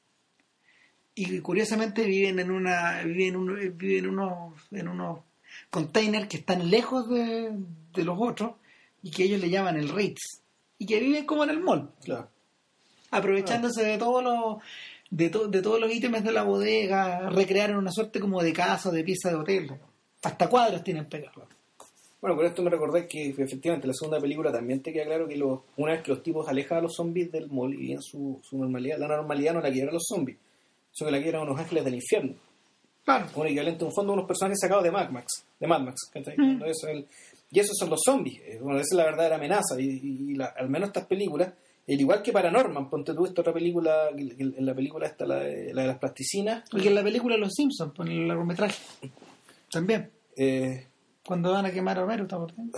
Y curiosamente viven en una viven en, un, viven en unos en unos containers que están lejos de, de los otros y que ellos le llaman el Ritz. Y que viven como en el mall, claro. aprovechándose claro. de todos los de, to, de todos los ítems de la bodega, recrearon una suerte como de casa, de pieza de hotel, hasta cuadros tienen pegados. Bueno, con esto me recordé que efectivamente la segunda película también te queda claro que los, una vez que los tipos alejan a los zombies del mall y viven su, su normalidad, la normalidad no la quiebran los zombies, sino que la quiebran unos ángeles del infierno. Claro. Un equivalente, en un fondo, unos personajes sacados de Mad Max, de Mad Max, mm. eso es el, y esos son los zombies. Bueno, esa es la verdadera amenaza. Y, y la, al menos estas películas, al igual que Paranorman, ponte tú esta otra película, en la película esta, la de, la de las plasticinas. Y que en la película Los Simpsons, con el largometraje. También. Eh, Cuando van a quemar a Homero, está por dentro.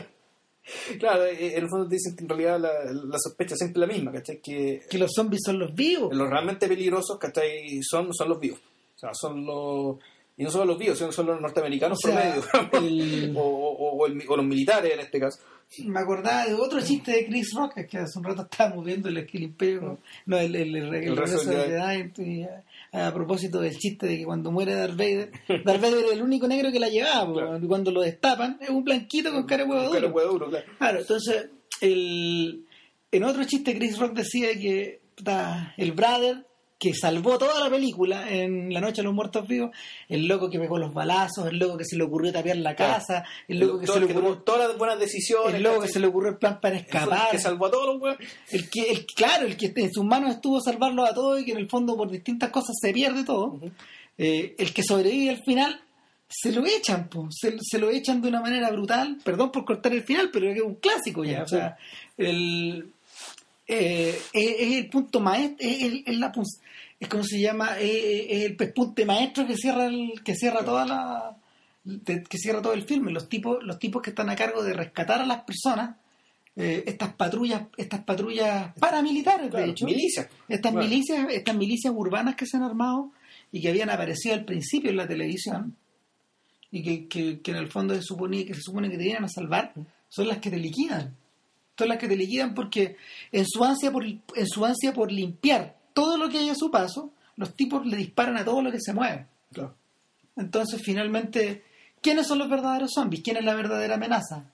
Claro, en el fondo te dicen que en realidad la, la sospecha es siempre la misma, ¿cachai? Que, que los zombies son los vivos. Los realmente peligrosos, ¿cachai? Son, son los vivos. O sea, son los... Y no solo los vivos, sino son los norteamericanos, o sea, promedio. El... o, o, o, el, o los militares en este caso. Me acordaba de otro chiste de Chris Rock, que hace un rato estábamos viendo el, el imperio, no, el, el, el, el, el regreso de Jedi, a, a propósito del chiste de que cuando muere Darth Vader, Darth Vader era el único negro que la llevaba, claro. Cuando lo destapan es un blanquito con cara de huevo duro. Cara de huevo duro, claro. Claro, entonces, el, en otro chiste Chris Rock decía que ta, el brother que salvó toda la película en La Noche de los Muertos Vivos, el loco que pegó los balazos, el loco que se le ocurrió tapiar la casa, el loco que Todo, se le que ocurrió tomó todas las buenas decisiones, el loco que se le ocurrió el plan para escapar, el que salvó a todos los huevos, el que, el, claro, el que en sus manos estuvo salvarlos a todos y que en el fondo por distintas cosas se pierde todo, uh-huh. eh, el que sobrevive al final se lo echan, po, se, se lo echan de una manera brutal, perdón por cortar el final, pero es un clásico ya, uh-huh. O sea, el eh, es, es el punto maestro, es, es, es la es como se llama, es, es el pespunte maestro que cierra el, que cierra toda la de, que cierra todo el filme. Los tipos, los tipos que están a cargo de rescatar a las personas, eh, estas patrullas, estas patrullas paramilitares, claro, de hecho, milicias, estas claro. milicias, estas milicias urbanas que se han armado y que habían aparecido al principio en la televisión y que, que, que en el fondo se supone que se supone que te vienen a salvar, son las que te liquidan. Son las que te liquidan porque en su ansia por en su ansia por limpiar todo lo que hay a su paso, los tipos le disparan a todo lo que se mueve. Claro. Entonces, finalmente, ¿quiénes son los verdaderos zombies? ¿Quién es la verdadera amenaza?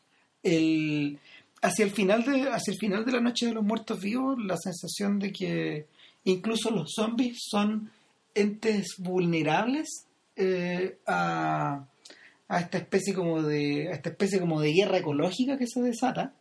El, hacia, el final de, hacia el final de La Noche de los Muertos Vivos, la sensación de que incluso los zombies son entes vulnerables eh, a, a esta especie como de a esta especie como de guerra ecológica que se desata,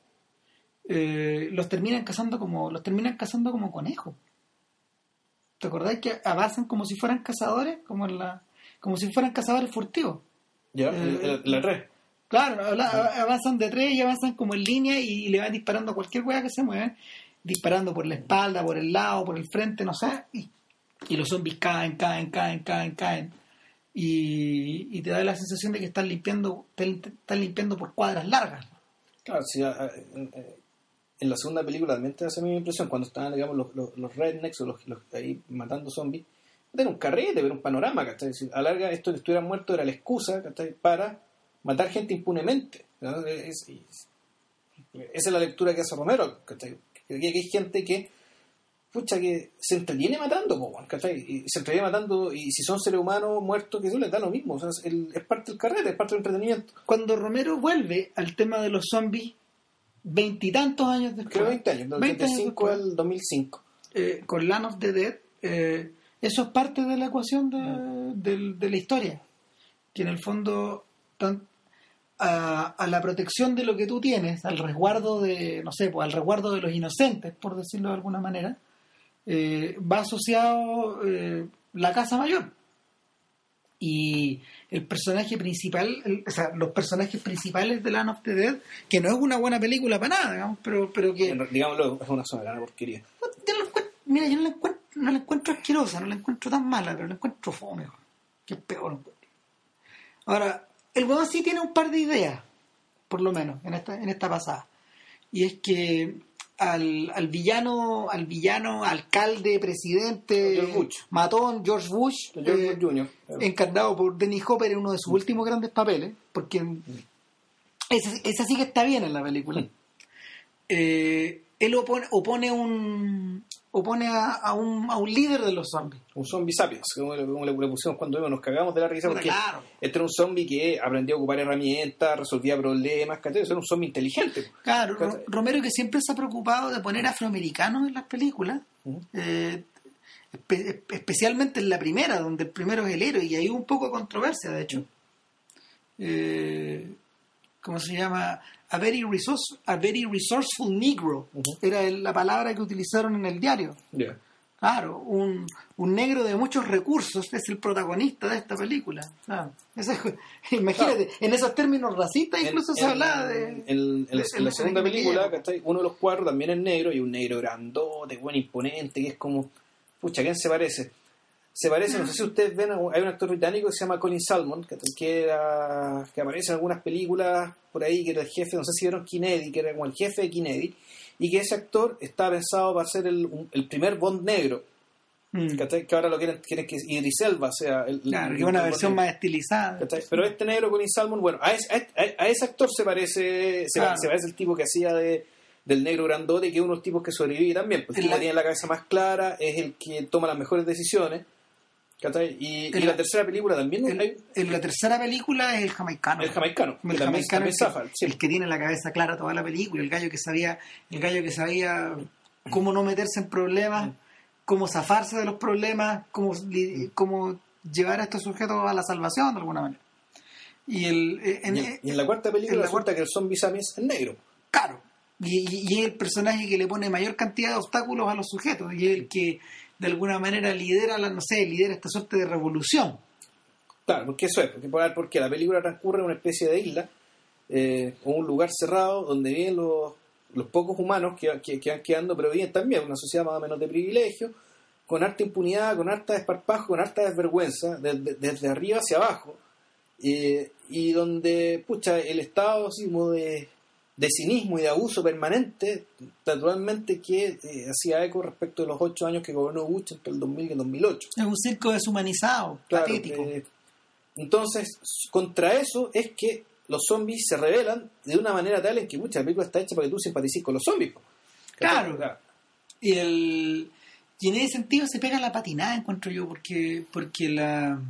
eh, los terminan cazando como los terminan cazando como conejos. ¿Te acordáis que avanzan como si fueran cazadores? Como en la como si fueran cazadores furtivos. Ya, eh, la red. Claro, avanzan de tres y avanzan como en línea y, y le van disparando a cualquier hueá que se mueva, disparando por la espalda, por el lado, por el frente, no sé. Y, y los zombies caen, caen, caen, caen, caen. Y, y te da la sensación de que están limpiando, están limpiando por cuadras largas. Claro, sí. A, a, a, en la segunda película también te hace la misma impresión cuando estaban, digamos, los, los, los rednecks o los, los ahí matando zombies. Era un carrete, era un panorama, ¿cachai? Si a larga esto que estuvieran muertos era la excusa, ¿cachai? Para matar gente impunemente, ¿no? Es, es, esa es la lectura que hace Romero, ¿cachai? Que hay gente que pucha que se entretiene matando, ¿cachai? Y se entretiene matando, y si son seres humanos muertos, que eso les da lo mismo, o sea, es, el, es parte del carrete, es parte del entretenimiento. Cuando Romero vuelve al tema de los zombies veintitantos años después, creo veinte años, del veinte ochenta y cinco al dos mil cinco, eh, con Land of the Dead, eh, eso es parte de la ecuación de, mm. de, de la historia, que en el fondo tan, a, a la protección de lo que tú tienes, al resguardo de, no sé, pues al resguardo de los inocentes, por decirlo de alguna manera, eh, va asociado eh, la casa mayor. Y el personaje principal, el, o sea, los personajes principales de Land of the Dead, que no es una buena película para nada, digamos, pero, pero que... Digámoslo, es una soberana porquería. Yo no encuentro, mira, yo no la encuentro, no la encuentro asquerosa, no la encuentro tan mala, pero la encuentro fome, que es peor. Ahora, el huevón sí tiene un par de ideas, por lo menos, en esta, en esta pasada. Y es que al, al villano, al villano, alcalde, presidente, George Bush. matón, George Bush, George eh, Bush junior encarnado por Dennis Hopper en uno de sus mm. últimos grandes papeles, porque mm. ese, ese sí que está bien en la película. Mm. Eh, él opone, opone un opone a, a, un, a un líder de los zombies. Un zombie sapiens, como le, como le pusimos cuando vimos, nos cagamos de la risa porque claro. Este era un zombie que aprendió a ocupar herramientas, resolvía problemas, ¿cachai? Era un zombie inteligente. Claro, ¿cachai? Romero, que siempre se ha preocupado de poner afroamericanos en las películas, uh-huh. eh, espe- especialmente en la primera, donde el primero es el héroe, y hay un poco de controversia, de hecho. Eh, ¿Cómo se llama? A very, resource, a very resourceful negro, uh-huh. era la palabra que utilizaron en el diario. Yeah. Claro, un, un negro de muchos recursos es el protagonista de esta película. Claro. Eso es, imagínate, claro. En esos términos racistas incluso en, se en, hablaba de... En, en, de, en la segunda película, ¿cachai? Uno de los cuatro también es negro, y un negro grandote, buen imponente, que es como... Pucha, ¿a quién se parece? Se parece, no sé si ustedes ven, hay un actor británico que se llama Colin Salmon, que, que, era, que aparece en algunas películas por ahí, que era el jefe, no sé si vieron Kennedy, que era como el jefe de Kennedy, y que ese actor está pensado para ser el, un, el primer Bond negro, mm. que ahora lo quieren, quieren que Idris Elba sea el, claro, el, que una el versión más estilizada. Pero este negro Colin Salmon, bueno, a ese, a, a ese actor se parece, se, claro. se parece el tipo que hacía de del negro grandote, que es uno de los tipos que sobrevive también, porque el tipo la... tiene la cabeza más clara, es el que toma las mejores decisiones. Y, y la, la tercera película también el, hay... en la tercera película es el jamaicano el jamaicano el que jamaicano también, el, zafa, que, sí. el que tiene la cabeza clara toda la película, el gallo que sabía el gallo que sabía cómo no meterse en problemas, cómo zafarse de los problemas, cómo, cómo llevar a estos sujetos a la salvación de alguna manera. Y, el, en, y, en, y en la cuarta película en la resulta cuarta... que el zombie sapiens es negro. Claro. Y, y, y es el personaje que le pone mayor cantidad de obstáculos a los sujetos, y es el que de alguna manera lidera la, no sé, lidera esta suerte de revolución. Claro, porque eso es, porque, porque la película transcurre en una especie de isla, eh, o un lugar cerrado donde viven los, los pocos humanos que, que, que van quedando, pero viven también una sociedad más o menos de privilegio, con harta impunidad, con harta desparpajo, con harta desvergüenza, desde, desde arriba hacia abajo, eh, y donde, pucha, el estado así como de de cinismo y de abuso permanente, naturalmente, que eh, hacía eco respecto de los ocho años que gobernó Bush entre el dos mil y el dos mil ocho. Es un circo deshumanizado, claro, patético. Eh, entonces, contra eso es que los zombies se rebelan de una manera tal en que mucha película está hecha para que tú simpatices con los zombies. Claro. claro. Y, el, y en ese sentido se pega la patinada, encuentro yo, porque, porque la,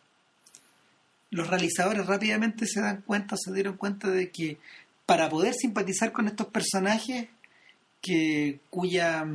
los realizadores rápidamente se dan cuenta, se dieron cuenta de que para poder simpatizar con estos personajes que cuya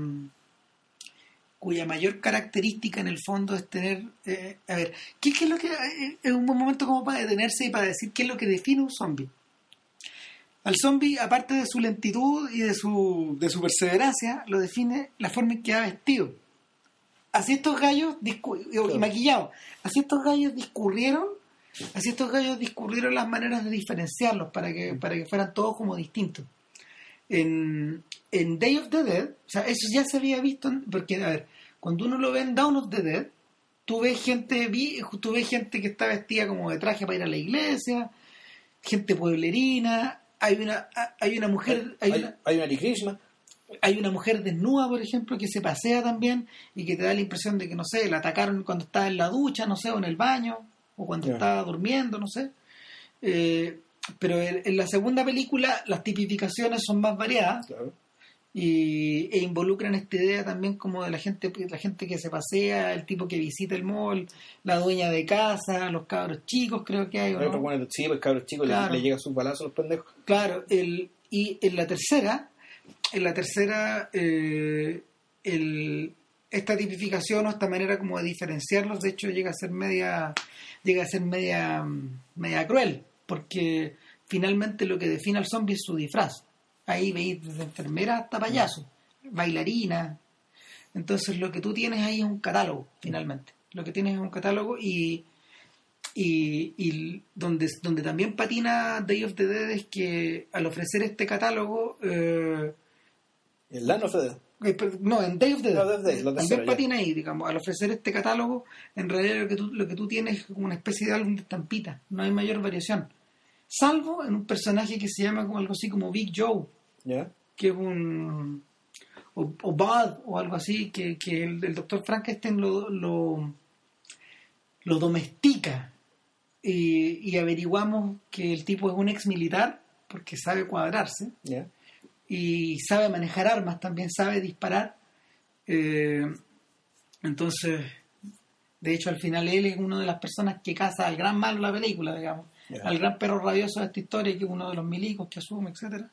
cuya mayor característica en el fondo es tener eh, a ver, ¿qué, qué es lo que eh, es un buen momento como para detenerse y para decir qué es lo que define un zombie? Al zombie, aparte de su lentitud y de su de su perseverancia, lo define la forma en que ha vestido. Así estos gallos discu- claro. y maquillados, así estos gallos discurrieron Así estos gallos discurrieron las maneras de diferenciarlos para que, para que fueran todos como distintos. En, en Day of the Dead, o sea, eso ya se había visto, porque, a ver, cuando uno lo ve en Dawn of the Dead, tú ves gente, tú ves gente que está vestida como de traje para ir a la iglesia, gente pueblerina, hay una, hay una mujer... Hay, hay, una, hay una Krishna. Hay una mujer desnuda, por ejemplo, que se pasea también y que te da la impresión de que, no sé, la atacaron cuando estaba en la ducha, no sé, o en el baño, o cuando yeah. estaba durmiendo, no sé. Eh, pero en, en la segunda película las tipificaciones son más variadas. Claro. Y, e involucran esta idea también como de la gente la gente que se pasea, el tipo que visita el mall, la dueña de casa, los cabros chicos, creo que hay, ¿o no? Bueno, sí, pues cabros chicos, claro. le, le llegan sus balazos a los pendejos. Claro, el, y en la tercera, en la tercera, eh, el, esta tipificación o esta manera como de diferenciarlos, de hecho llega a ser media, llega a ser media, media cruel, porque finalmente lo que define al zombie es su disfraz. Ahí veis desde enfermera hasta payaso, bailarina. Entonces lo que tú tienes ahí es un catálogo, finalmente. Lo que tienes es un catálogo y, y, y donde, donde también patina Day of the Dead es que al ofrecer este catálogo... Eh, ¿El Land of the Dead? Eh, no, en Day of the Dead. No, Day, también tercera, patina ya. Ahí, digamos. Al ofrecer este catálogo, en realidad lo que tú, lo que tú tienes es como una especie de álbum de estampita. No hay mayor variación. Salvo en un personaje que se llama como algo así como Big Joe. Yeah. Que es un o, o Bud o algo así que, que el, el doctor Frankenstein lo lo, lo domestica y, y averiguamos que el tipo es un ex militar porque sabe cuadrarse yeah. y sabe manejar armas, también sabe disparar, eh, entonces de hecho al final él es una de las personas que caza al gran malo de la película, digamos, yeah. al gran perro rabioso de esta historia, que es uno de los milicos que asume, etcétera.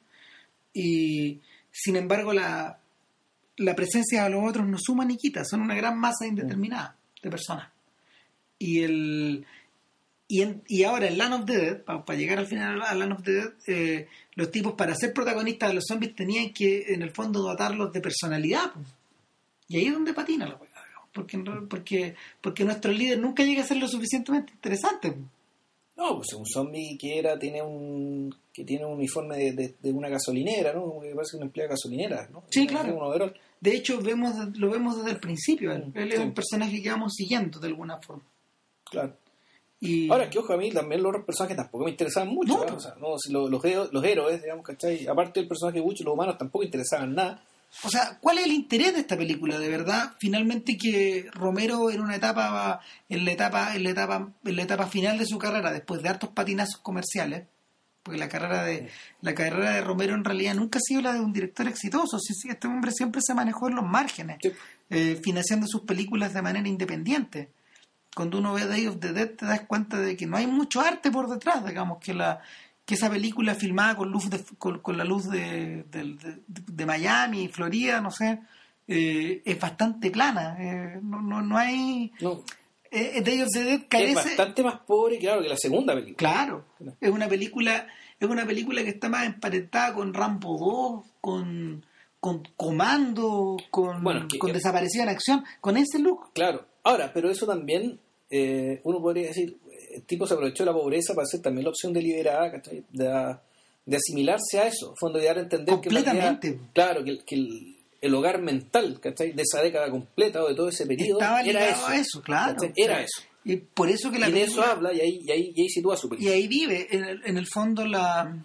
Y sin embargo la, la presencia de los otros no suma ni quita, son una gran masa indeterminada de personas. Y el y, en, y ahora en Land of the Dead, para, para llegar al final a Land of the Dead, eh, los tipos para ser protagonistas de los zombies tenían que en el fondo dotarlos de personalidad, pues. Y ahí es donde patina la hueá, porque, porque, porque nuestro líder nunca llega a ser lo suficientemente interesante, pues. No, pues un zombie que era, tiene un que tiene un uniforme de, de, de una gasolinera, ¿no? Como que parece un empleado de gasolinera, ¿no? Sí, claro. Un de hecho, vemos lo vemos desde el principio. Él, él es sí. un personaje que vamos siguiendo de alguna forma. Claro. Y... Ahora, que ojo, a mí también los otros personajes tampoco me interesaban mucho. No, ¿no? O sea, no, si los, los, los héroes, digamos, ¿cachai? Aparte del personaje de Bucho, los humanos tampoco interesaban nada. O sea, ¿cuál es el interés de esta película? De verdad, finalmente que Romero en una etapa, en la etapa, en la etapa, en la etapa final de su carrera, después de hartos patinazos comerciales, porque la carrera de la carrera de Romero en realidad nunca ha sido la de un director exitoso. Sí, sí, este hombre siempre se manejó en los márgenes, sí. eh, financiando sus películas de manera independiente. Cuando uno ve Day of the Dead te das cuenta de que no hay mucho arte por detrás, digamos, que la que esa película filmada con luz de, con, con la luz de, de, de, de Miami, Florida, no sé, eh, es bastante plana, eh, no, no, no hay... No. Eh, Day of the Dead carece... Es bastante más pobre, claro, que la segunda película. Claro, no. es una película es una película que está más emparentada con Rambo dos, con, con Comando, con, bueno, que, con Desaparecida en Acción, con ese look. Claro, ahora, pero eso también, eh, uno podría decir... El tipo se aprovechó de la pobreza para hacer también la opción deliberada, ¿cachai? De, de asimilarse a eso, a fondo de dar a entender completamente. que, claro, que, que el, el hogar mental, ¿cachai? De esa década completa o de todo ese periodo estaba era eso, a eso, claro, era eso. Y por eso que la y de película, eso habla y ahí, y ahí, y ahí sitúa su película. Y ahí vive, en el, en el fondo la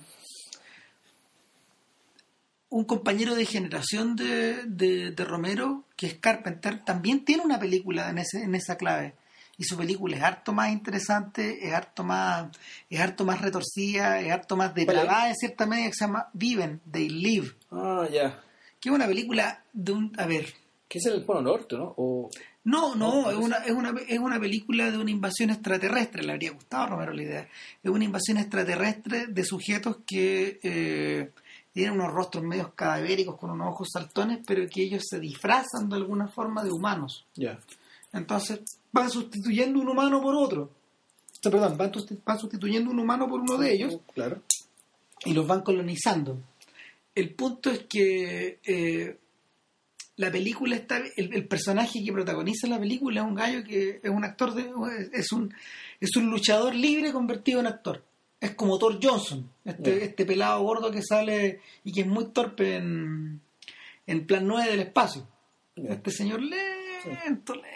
un compañero de generación de, de, de Romero, que es Carpenter, también tiene una película en ese, en esa clave. Y su película es harto más interesante, es harto más, es harto más retorcida, es harto más depravada en cierta medida, que se llama Viven, They Live. Ah, ya. Yeah. Que es una película de un... A ver... Que es en el Polo Norte, ¿no? O... No, no, no es, una, es, una, es una película de una invasión extraterrestre. Le habría gustado a Romero la idea. Es una invasión extraterrestre de sujetos que eh, tienen unos rostros medios cadavéricos con unos ojos saltones, pero que ellos se disfrazan de alguna forma de humanos. Ya. Yeah. Entonces van sustituyendo un humano por otro. O sea, perdón, van, van sustituyendo un humano por uno de ellos. Claro. Y los van colonizando. El punto es que eh, la película está... El, el personaje que protagoniza la película es un gallo que es un actor de... Es un, es un luchador libre convertido en actor. Es como Thor Johnson. Este, yeah. este pelado gordo que sale y que es muy torpe en, en Plan nueve del espacio. Yeah. Este señor lento, lento.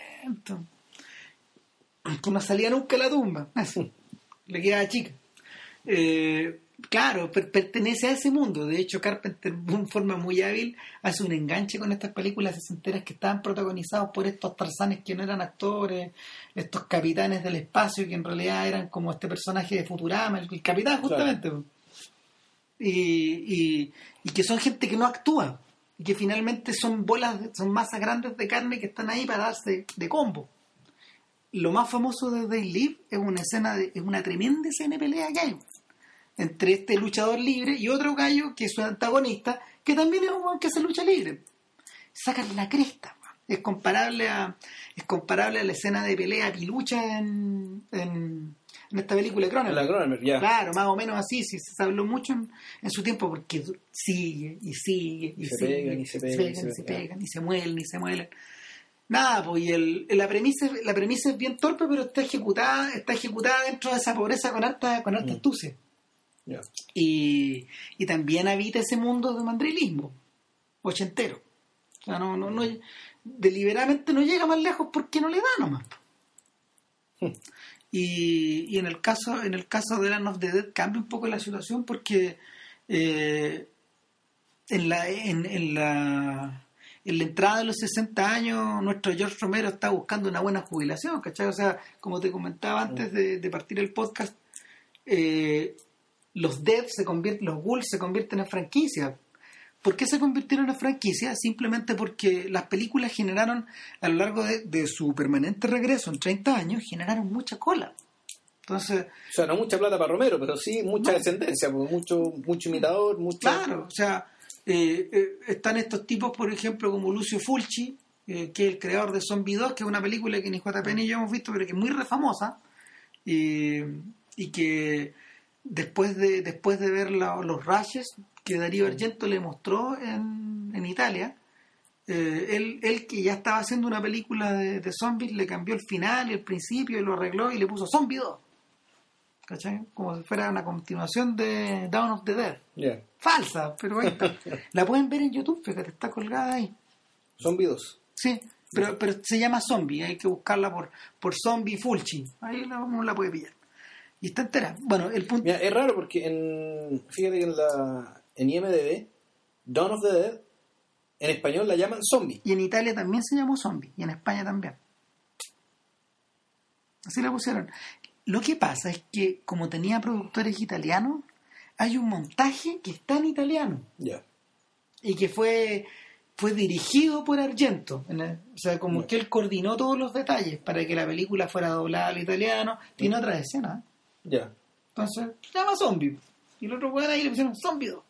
Que no salía nunca a la tumba. Así. Le quedaba chica. Eh, Claro, per- pertenece a ese mundo. De hecho, Carpenter, de una forma muy hábil, hace un enganche con estas películas sesenteras que estaban protagonizados por estos tarzanes que no eran actores, estos capitanes del espacio que en realidad eran como este personaje de Futurama, el, el capitán justamente. Claro. Y, y, y que son gente que no actúa, y que finalmente son bolas, son masas grandes de carne que están ahí para darse de combo. Lo más famoso de They Live es una escena, de, es una tremenda escena de pelea que hay entre este luchador libre y otro gallo que es su antagonista, que también es un hombre que hace lucha libre. Sacan la cresta, man. Es comparable a es comparable a la escena de pelea pilucha en, en, en esta película de Cronenberg. La Cronenberg, ya. Claro, más o menos así, sí, se habló mucho en, en su tiempo porque sigue y sigue y, y se sigue, pegan y se pegan, se pegan, y se, y se pegan y se muelen y se muelen. Nada, pues y el, la premisa la premisa es bien torpe, pero está ejecutada, está ejecutada dentro de esa pobreza con harta, con harta mm. astucia. Yeah. Y, y también habita ese mundo de mandrilismo ochentero. O sea, no, no, no, deliberadamente no llega más lejos porque no le da nomás. Hmm. Y, y en el caso, en el caso de Land of the Dead cambia un poco la situación porque eh, en la, en, en la en la entrada de los sesenta años nuestro George Romero está buscando una buena jubilación, ¿cachai? O sea, como te comentaba antes de, de partir el podcast, eh, los Dead se convierten, los Ghouls se convierten en franquicias. ¿Por qué se convirtieron en franquicias? Simplemente porque las películas generaron, a lo largo de, de su permanente regreso en treinta años, generaron mucha cola. Entonces, o sea, no mucha plata para Romero, pero sí mucha no, descendencia, mucho, mucho imitador, mucho... Claro, o sea, eh, eh, están estos tipos, por ejemplo, como Lucio Fulci, eh, que es el creador de Zombie dos, que es una película que ni J P ni yo hemos visto, pero que es muy refamosa, eh, y que después de después de ver la, los rashes que Darío Argento le mostró en, en Italia, eh, él, él que ya estaba haciendo una película de, de zombies, le cambió el final y el principio y lo arregló y le puso Zombie dos, ¿cachai? Como si fuera una continuación de Dawn of the Dead. Yeah. Falsa, pero ahí está. La pueden ver en YouTube, fíjate, está colgada ahí. Zombie dos. Sí, pero, pero se llama Zombie, hay que buscarla por, por Zombie Fulci, ahí la, uno la puede pillar. Y está entera. Bueno, el punto... Mira, es raro porque en... Fíjate que en la... En I M D B, Dawn of the Dead, en español la llaman Zombie. Y en Italia también se llamó Zombie. Y en España también. Así la pusieron. Lo que pasa es que, como tenía productores italianos, hay un montaje que está en italiano. Ya. Yeah. Y que fue... fue dirigido por Argento, el, o sea, como yeah. que él coordinó todos los detalles para que la película fuera doblada al italiano. Tiene mm. otra escena. Ya. Yeah. Entonces, se llama Zombie. Y el otro weón ahí le pusieron Zombie dos.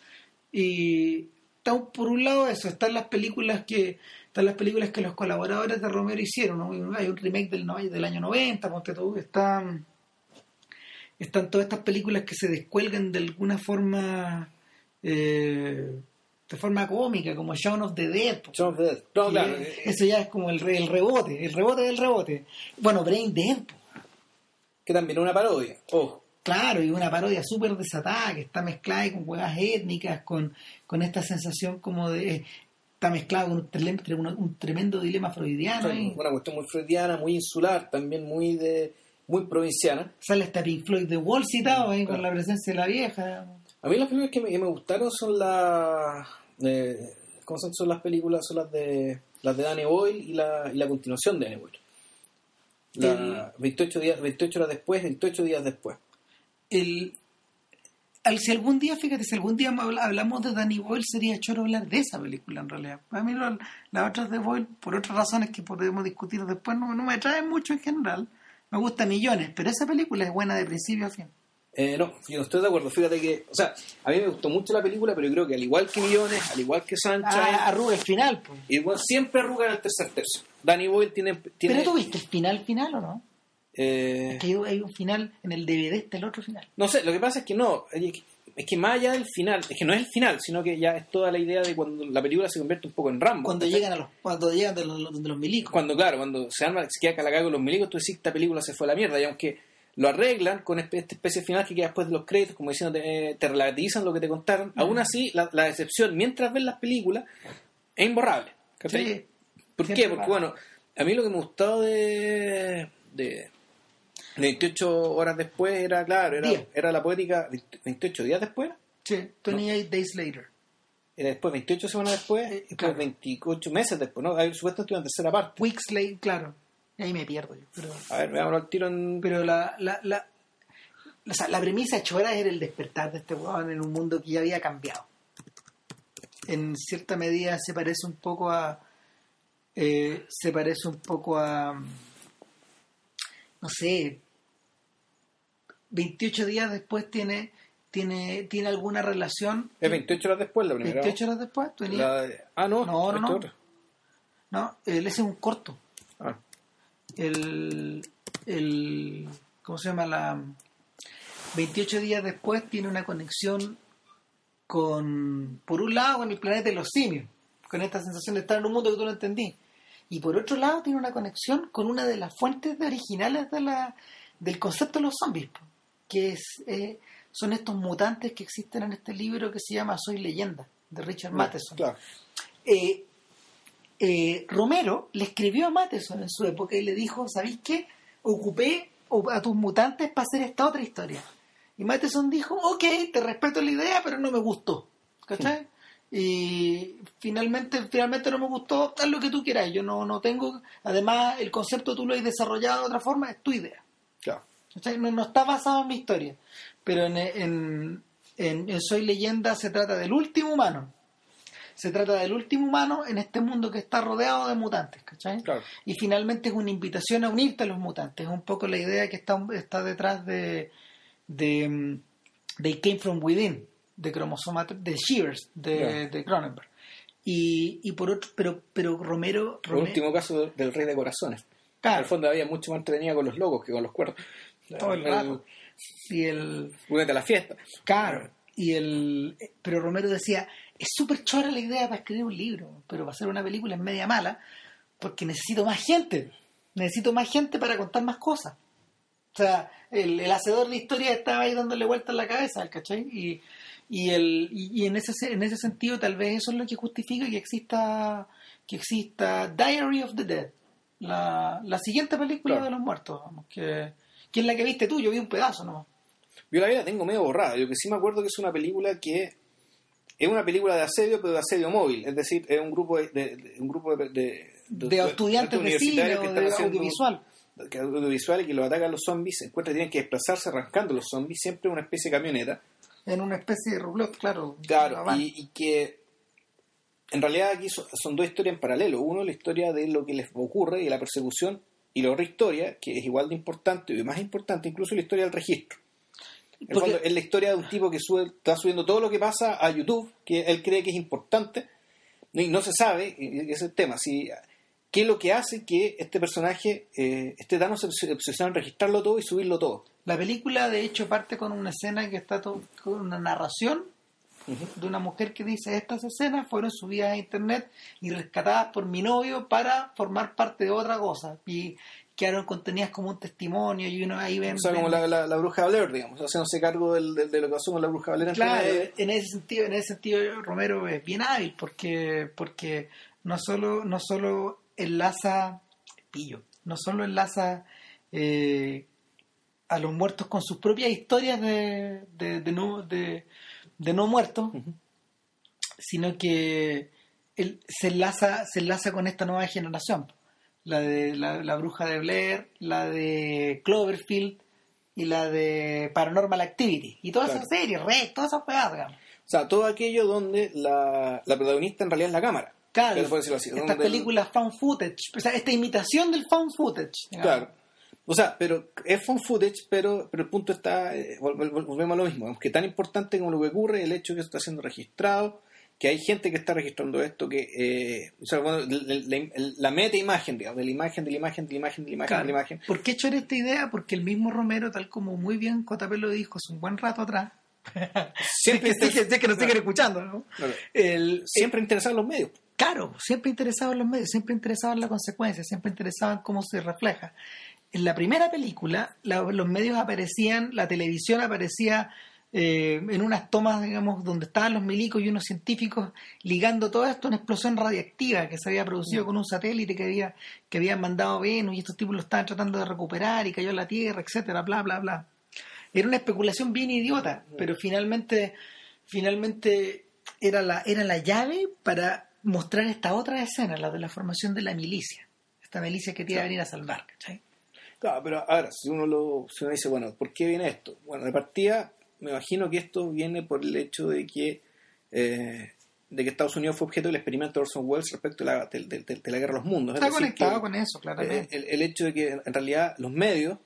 Y está, por un lado eso, están las películas que están las películas que los colaboradores de Romero hicieron, ¿no? Hay un remake del, del año noventa, ponte todo, están, están todas estas películas que se descuelgan de alguna forma, eh, de forma cómica, como Shaun of the Dead. Shaun of the Dead. No, claro. Eso ya es como el, el rebote, el rebote del rebote. Bueno, Brain Dead, que también es una parodia, ojo. Claro, y una parodia súper desatada, que está mezclada con huevas étnicas, con, con esta sensación como de... Está mezclada con un, tre- un, un tremendo dilema freudiano. Sí, una cuestión muy freudiana, muy insular, también muy de muy provinciana. Sale hasta Pink Floyd The Wall citado, ¿eh? Claro. Con la presencia de la vieja. A mí las películas que me, que me gustaron son las... Eh, ¿Cómo son? Son las películas? Son las de las de Danny Boyle y la, y la continuación de Danny Boyle. La, el, veintiocho, días, veintiocho horas después, veintiocho días después. El, al, si algún día, fíjate, si algún día hablamos de Danny Boyle, sería choro hablar de esa película en realidad. A mí lo, las otras de Boyle, por otras razones que podemos discutir después, no, no me atraen mucho en general. Me gusta millones, pero esa película es buena de principio a fin. Eh, no, yo no estoy de acuerdo. Fíjate que, o sea, a mí me gustó mucho la película, pero yo creo que al igual que Millones, al igual que Sunshine, ah, arruga el final, pues. Igual siempre arruga en el tercer tercio. Danny Boyle tiene, tiene... ¿Pero tú viste el final final o no? Eh... Es que hay un final en el D V D, está el otro final. No sé, lo que pasa es que no, es que más allá del final, es que no es el final, sino que ya es toda la idea de cuando la película se convierte un poco en Rambo. Cuando llegan a los cuando llegan de los, de los milicos. Cuando, claro, cuando se arma, se queda calacado con los milicos, tú decís que esta película se fue a la mierda, y aunque lo arreglan con esta especie de final que queda después de los créditos, como diciendo, te, te relativizan lo que te contaron, mm. aún así, la, la decepción, mientras ves las películas, es imborrable. Sí, ¿Por qué? Porque, bueno, a mí lo que me gustaba de... de veintiocho horas después era, claro, era, era la poética. ¿veintiocho días después? Sí, twenty-eight no. Days Later. Era después, veintiocho semanas después, eh, después claro. veintiocho meses después, ¿no? Hay supuestamente una tercera parte. Weeks later, claro. Ahí me pierdo yo. Pero... A ver, veámoslo al tiro en... Pero la, la, la, o sea, la premisa de ocho horas era el despertar de este huevón en un mundo que ya había cambiado. En cierta medida se parece un poco a... Eh, se parece un poco a... No sé... veintiocho días después tiene... Tiene, tiene alguna relación. ¿Es veintiocho horas después la primera? veintiocho horas después. La... Ah, no. No, no, no. No, él ese es un corto. Ah. El, el. ¿Cómo se llama? La. veintiocho días después tiene una conexión con. Por un lado, con el planeta de los simios. Con esta sensación de estar en un mundo que tú no entendí. Y por otro lado, tiene una conexión con una de las fuentes de originales de la, del concepto de los zombies. Que es. Eh, son estos mutantes que existen en este libro que se llama Soy Leyenda, de Richard Matheson. Claro. Eh, eh, Romero le escribió a Matheson en su época y le dijo, ¿sabéis qué? Ocupé a tus mutantes para hacer esta otra historia. Y Matheson dijo, ok, te respeto la idea, pero no me gustó. ¿Cachai? Sí. Y finalmente, finalmente no me gustó, haz lo que tú quieras. Yo no, no tengo... Además, el concepto tú lo has desarrollado de otra forma, es tu idea. Claro. ¿Cachai? No, no está basado en mi historia. Pero en, en, en, en Soy Leyenda se trata del último humano. Se trata del último humano en este mundo que está rodeado de mutantes, ¿cachai? Claro. Y finalmente es una invitación a unirte a los mutantes. Es un poco la idea que está, está detrás de, de They Came From Within, de cromosoma de Shivers, de, yeah. de Cronenberg. Y, y por otro, pero, pero Romero... Por Romero, último caso del Rey de Corazones. Claro. En el fondo había mucho más entretenida con los locos que con los cuernos. Todo el rato. Y el... Únete a la fiesta. Claro. Y el... Pero Romero decía, es súper chora la idea para escribir un libro, pero para hacer una película es media mala, porque necesito más gente. Necesito más gente para contar más cosas. O sea, el, el hacedor de historia estaba ahí dándole vueltas en la cabeza, ¿cachai? Y, y, el, y, y en, ese, en ese sentido tal vez eso es lo que justifica que exista, que exista Diary of the Dead, la, la siguiente película claro. de los muertos, vamos, que... ¿Quién es la que viste tú? Yo vi un pedazo, ¿no? Yo la vi la tengo medio borrada. Yo que sí me acuerdo que es una película que es una película de asedio, pero de asedio móvil. Es decir, es un grupo de, de, de un grupo de, de, de, de estudiantes de cine o de audiovisual. Que audiovisual y que los atacan los zombies. Se encuentran, tienen que desplazarse arrancando los zombies, siempre en una especie de camioneta. En una especie de rublot, claro. Claro, y, y que en realidad aquí son, son dos historias en paralelo. Uno, la historia de lo que les ocurre y la persecución. Y la otra historia, que es igual de importante y más importante, incluso la historia del registro. En el fondo, es la historia de un tipo que sube, está subiendo todo lo que pasa a YouTube, que él cree que es importante, y no se sabe, y ese es el tema, si, qué es lo que hace que este personaje eh, esté tan obsesionado en registrarlo todo y subirlo todo. La película, de hecho, parte con una escena que está todo, con una narración uh-huh. de una mujer que dice, estas escenas fueron subidas a internet y rescatadas por mi novio para formar parte de otra cosa, y quedaron contenidas como un testimonio y uno ahí ven... O sea, ven, como la, la, la bruja Blair, digamos, haciéndose cargo del, del, de lo que pasó con la bruja Blair. Claro, en ese sentido, en ese sentido Romero es bien hábil porque, porque no solo, no solo enlaza pillo, no solo enlaza eh, a los muertos con sus propias historias de, de, de no de de no muertos, uh-huh. sino que él se enlaza, se enlaza con esta nueva generación, la de la, la bruja de Blair, la de Cloverfield y la de Paranormal Activity y todas claro. esas series, Red, todas esas pegadas, digamos. O sea, todo aquello donde la, la protagonista en realidad es la cámara. Claro, así, estas películas el... found footage, o sea, esta imitación del found footage. Digamos. Claro. O sea, pero es found footage, pero, pero el punto está, eh, volvemos a lo mismo, que tan importante como lo que ocurre el hecho de que esto está siendo registrado, que hay gente que está registrando esto, que, eh, o sea, bueno, la, la, la meta imagen, digamos, de la imagen, de la imagen, de la imagen, de la imagen, claro. de la imagen. ¿Por qué he hecho esta idea? Porque el mismo Romero, tal como muy bien J P lo dijo hace un buen rato atrás, siempre es que, sí, que, que nos siguen escuchando, ¿no? Claro. El, siempre interesado en los medios. Claro, siempre interesado en los medios, siempre interesado en la consecuencia, siempre interesado en cómo se refleja. En la primera película, la, los medios aparecían, la televisión aparecía eh, en unas tomas, digamos, donde estaban los milicos y unos científicos ligando todo esto a una explosión radiactiva que se había producido mm. con un satélite que había que habían mandado a Venus, y estos tipos lo estaban tratando de recuperar y cayó a la Tierra, etcétera, bla, bla, bla. Era una especulación bien idiota, mm. pero finalmente, finalmente era la, era la llave para mostrar esta otra escena, la de la formación de la milicia, esta milicia que te iba a venir a salvar, ¿cachai? Claro, pero ahora, si uno lo si uno dice, bueno, ¿por qué viene esto? Bueno, de partida, me imagino que esto viene por el hecho de que eh, de que Estados Unidos fue objeto del experimento de Orson Welles respecto a la, de, de, de, de la guerra de los mundos. Está es decir, conectado que, con eso, claramente. El, el, el hecho de que, en realidad, los medios,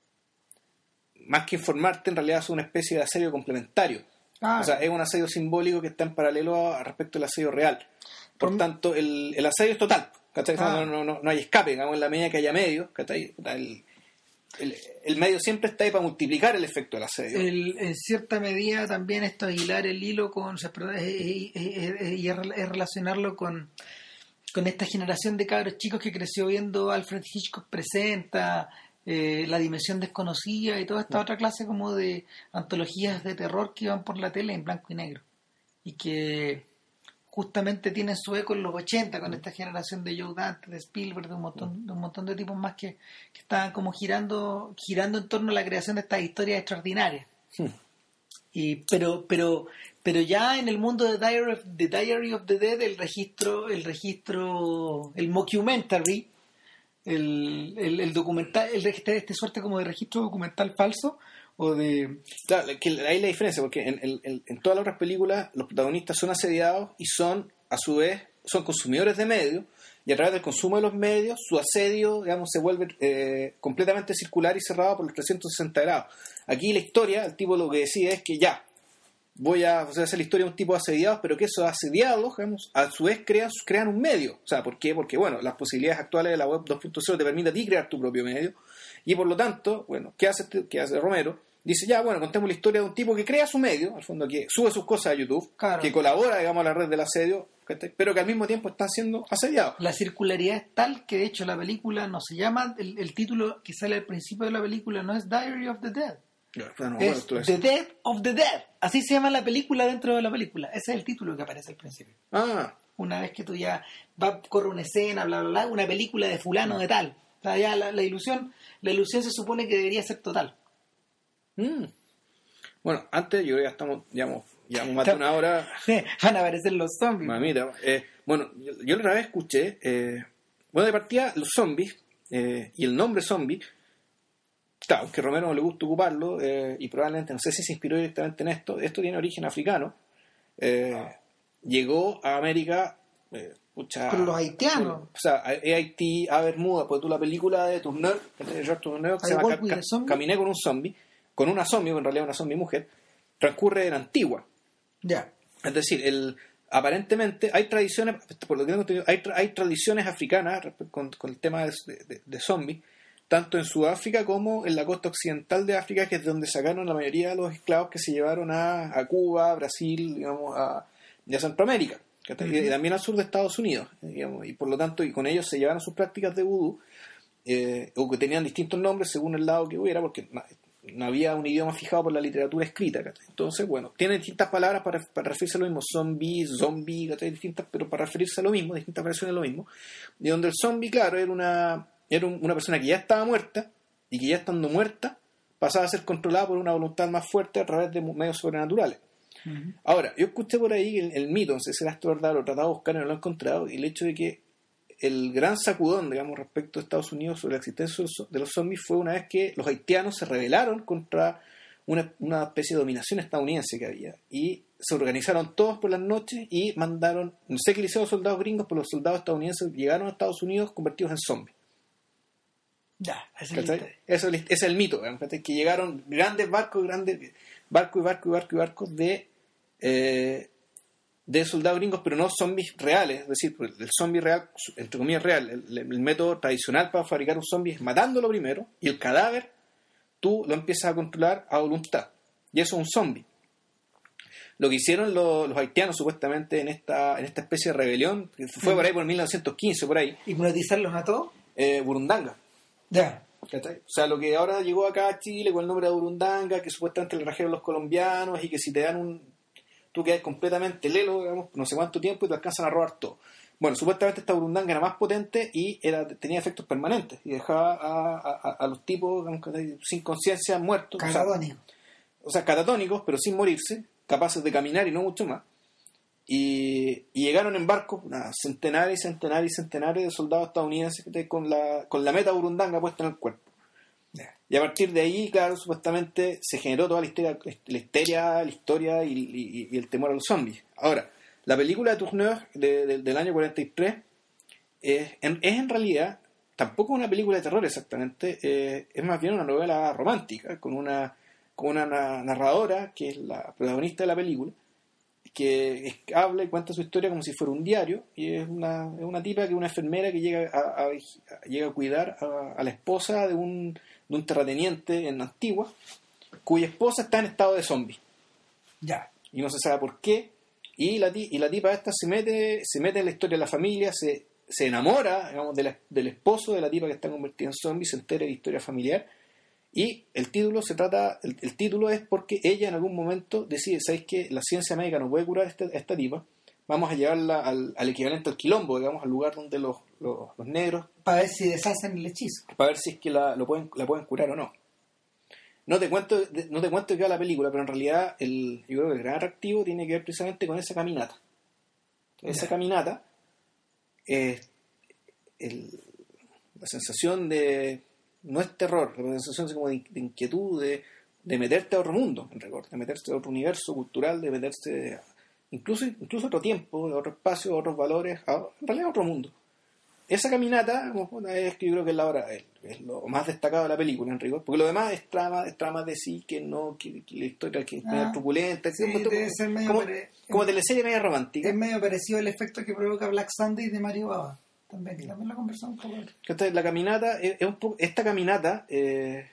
más que informarte, en realidad son una especie de asedio complementario. Ah, o sea, es un asedio simbólico que está en paralelo a, a respecto al asedio real. Por, por tanto, el, el asedio es total. ¿Cachai? Ah. No, no, no, no hay escape, digamos, en la medida que haya medios. ¿Cachai? El, el, el medio siempre está ahí para multiplicar el efecto del asedio. El, en cierta medida también esto es hilar el hilo con y es, es relacionarlo con, con esta generación de cabros chicos que creció viendo Alfred Hitchcock Presenta, eh, La Dimensión Desconocida y toda esta no. otra clase como de antologías de terror que iban por la tele en blanco y negro y que justamente tienen su eco en los ochenta con esta generación de Joe Dante, de Spielberg, de un montón de un montón de tipos más que, que estaban como girando girando en torno a la creación de estas historias extraordinarias. Sí. Y pero pero pero ya en el mundo de Diary of, the Diary of the Dead el registro el registro el mockumentary, el el, el documental, el registro este suerte como de registro documental falso o de... Claro, que ahí la diferencia, porque en, en, en todas las otras películas los protagonistas son asediados y son, a su vez, son consumidores de medios, y a través del consumo de los medios, su asedio, digamos, se vuelve eh, completamente circular y cerrado por los trescientos sesenta grados. Aquí la historia, el tipo lo que decide es que ya, voy a, o sea, hacer la historia de un tipo de asediados, pero que esos asediados, digamos, a su vez crean, crean un medio. O sea, ¿por qué? Porque, bueno, las posibilidades actuales de la web dos punto cero te permiten a ti crear tu propio medio. Y por lo tanto, bueno, ¿qué hace, qué hace Romero? Dice, ya, bueno, contemos la historia de un tipo que crea su medio, al fondo, que sube sus cosas a YouTube, claro, que colabora, digamos, a la red del asedio, pero que al mismo tiempo están siendo asediados. La circularidad es tal que, de hecho, la película no se llama, el, el título que sale al principio de la película no es Diary of the Dead. No, bueno, es bueno, The Dead of the Dead. Así se llama la película dentro de la película. Ese es el título que aparece al principio. Ah. Una vez que tú ya va, corre una escena, bla, bla, bla, una película de fulano de tal. O sea, ya la, la ilusión, la ilusión se supone que debería ser total. Mm. Bueno, antes yo ya estamos, digamos, ya más de una hora. Van a aparecer los zombies. Mamita, eh, bueno, yo, yo la otra vez escuché, eh, bueno, de partida, los zombies eh, y el nombre zombie, claro, aunque a Romero no le gusta ocuparlo, eh, y probablemente, no sé si se inspiró directamente en esto, esto tiene origen africano, eh, llegó a América, eh, pucha, con los haitianos. O sea, a Haití, a Bermuda, pues tú la película de Tourneur, de Georges Tourneur, que se llama Ca- Ca- Caminé con un zombie, con una zombie, en realidad una zombie mujer, transcurre en Antigua. Ya. Yeah. Es decir, el, aparentemente hay tradiciones, por lo que tengo entendido, hay, hay tradiciones africanas con, con el tema de, de, de zombies, tanto en Sudáfrica como en la costa occidental de África, que es donde sacaron la mayoría de los esclavos que se llevaron a, a Cuba, a Brasil, digamos, a, y a Centroamérica, uh-huh. y también al sur de Estados Unidos, digamos, y por lo tanto, y con ellos se llevaron sus prácticas de vudú, eh, o que tenían distintos nombres según el lado que hubiera, porque no había un idioma fijado por la literatura escrita, ¿cachai? Entonces, bueno, tiene distintas palabras para, para referirse a lo mismo, zombie, zombie, ¿cachai? Distintas, pero para referirse a lo mismo, distintas versiones de lo mismo, y donde el zombie, claro, era una era un, una persona que ya estaba muerta y que ya estando muerta pasaba a ser controlada por una voluntad más fuerte a través de medios sobrenaturales. Uh-huh. Ahora, yo escuché por ahí el, el mito, no sé si será esto verdad, lo he tratado de buscar y no lo he encontrado, y el hecho de que el gran sacudón, digamos, respecto a Estados Unidos sobre la existencia de los zombies fue una vez que los haitianos se rebelaron contra una, una especie de dominación estadounidense que había, y se organizaron todos por las noches y mandaron, no sé qué le hicieron los soldados gringos, pero los soldados estadounidenses llegaron a Estados Unidos convertidos en zombies. Ya, ese es, el Eso es, es el mito, ¿verdad? Que llegaron grandes barcos, grandes barcos y barcos y barcos y barcos de eh, de soldados gringos, pero no zombies reales, es decir, el zombie real, entre comillas real, el, el método tradicional para fabricar un zombie es matándolo primero y el cadáver tú lo empiezas a controlar a voluntad, y eso es un zombie. Lo que hicieron los, los haitianos supuestamente en esta en esta especie de rebelión, que fue por ahí por mil novecientos quince, por ahí. ¿Hipnotizarlos a todos? Eh, Burundanga. Ya. ¿Cachai? O sea, lo que ahora llegó acá a Chile con el nombre de Burundanga, que supuestamente le trajeron los colombianos y que si te dan un... tú quedas completamente lelo, digamos, no sé cuánto tiempo y te alcanzan a robar todo. Bueno, supuestamente esta Burundanga era más potente y era, tenía efectos permanentes y dejaba a, a, a los tipos, digamos, sin conciencia, muertos. Catatónicos. O sea, o sea, catatónicos, pero sin morirse, capaces de caminar y no mucho más. Y, y llegaron en barcos una centenares y centenares y centenares de soldados estadounidenses con la, con la meta Burundanga puesta en el cuerpo. Yeah. Y a partir de ahí, claro, supuestamente se generó toda la historia, la histeria, la historia y, y, y el temor a los zombies. Ahora, la película de Tourneur de, de, del año cuarenta y tres es en, es en realidad tampoco una película de terror exactamente, eh, es más bien una novela romántica con una, con una narradora que es la protagonista de la película, que es, habla y cuenta su historia como si fuera un diario, y es una, es una tipa que es una enfermera que llega a, a, a, llega a cuidar a, a la esposa de un, de un terrateniente en Antigua, cuya esposa está en estado de zombie. Ya. Y no se sabe por qué. Y la, y la tipa esta se mete, se mete en la historia de la familia, se, se enamora, digamos, de la, del esposo de la tipa que está convertida en zombie, se entera de la historia familiar. Y el título se trata, el, el título es porque ella en algún momento decide, ¿sabes qué? La ciencia médica no puede curar a esta, a esta tipa, vamos a llevarla al, al equivalente al quilombo, digamos, al lugar donde los, los, los negros... Para ver si deshacen el hechizo. Para ver si es que la, lo pueden, la pueden curar o no. No te cuento, no te cuento de qué va la película, pero en realidad el, yo creo que el gran atractivo tiene que ver precisamente con esa caminata. Esa yeah. caminata es el, la sensación de... no es terror, la sensación como de, de inquietud, de, de meterte a otro mundo, en rigor, de meterte a otro universo cultural, de meterse a, incluso, incluso a otro tiempo, a otro espacio, a otros valores, a, en realidad a otro mundo. Esa caminata es que yo creo que es, la hora, es, es lo más destacado de la película, en rigor, porque lo demás es trama, es trama de sí, que no, que, que la historia que es ah, medio truculenta, sí, como, debe ser medio como, pare... como teleserie media romántica. Es medio parecido al efecto que provoca Black Sunday de Mario Bava. También, que también la conversamos un poco. Entonces, la caminata, es, es un poco, esta caminata, eh,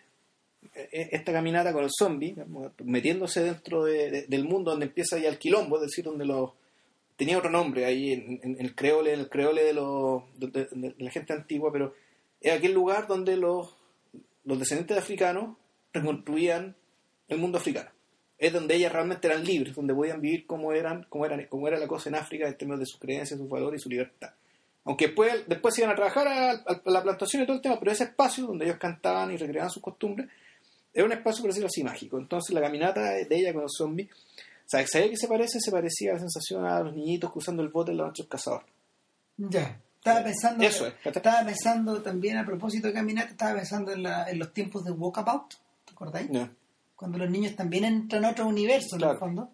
esta caminata con el zombie, metiéndose dentro de, de, del mundo donde empieza ya el quilombo, es decir, donde los tenía otro nombre ahí en, en, en el creole, en el creole de, los, de, de, de la gente antigua, pero es aquel lugar donde los, los descendientes de africanos reconstruían el mundo africano. Es donde ellas realmente eran libres, donde podían vivir como eran, como eran, como era la cosa en África en términos de sus creencias, sus valores y su libertad. Aunque después, después se iban a trabajar a, a, a la plantación y todo el tema, pero ese espacio donde ellos cantaban y recreaban sus costumbres era un espacio, por decirlo así, mágico. Entonces la caminata de ella con los zombies, ¿sabes qué se parece? Se parecía a la sensación a los niñitos cruzando el bote en la noche del cazador. Ya, estaba pensando, Eso es, estaba pensando también a propósito de caminata, estaba pensando en, la, en los tiempos de Walkabout, ¿te acordáis? Yeah. Cuando los niños también entran a otro universo, claro. en el fondo.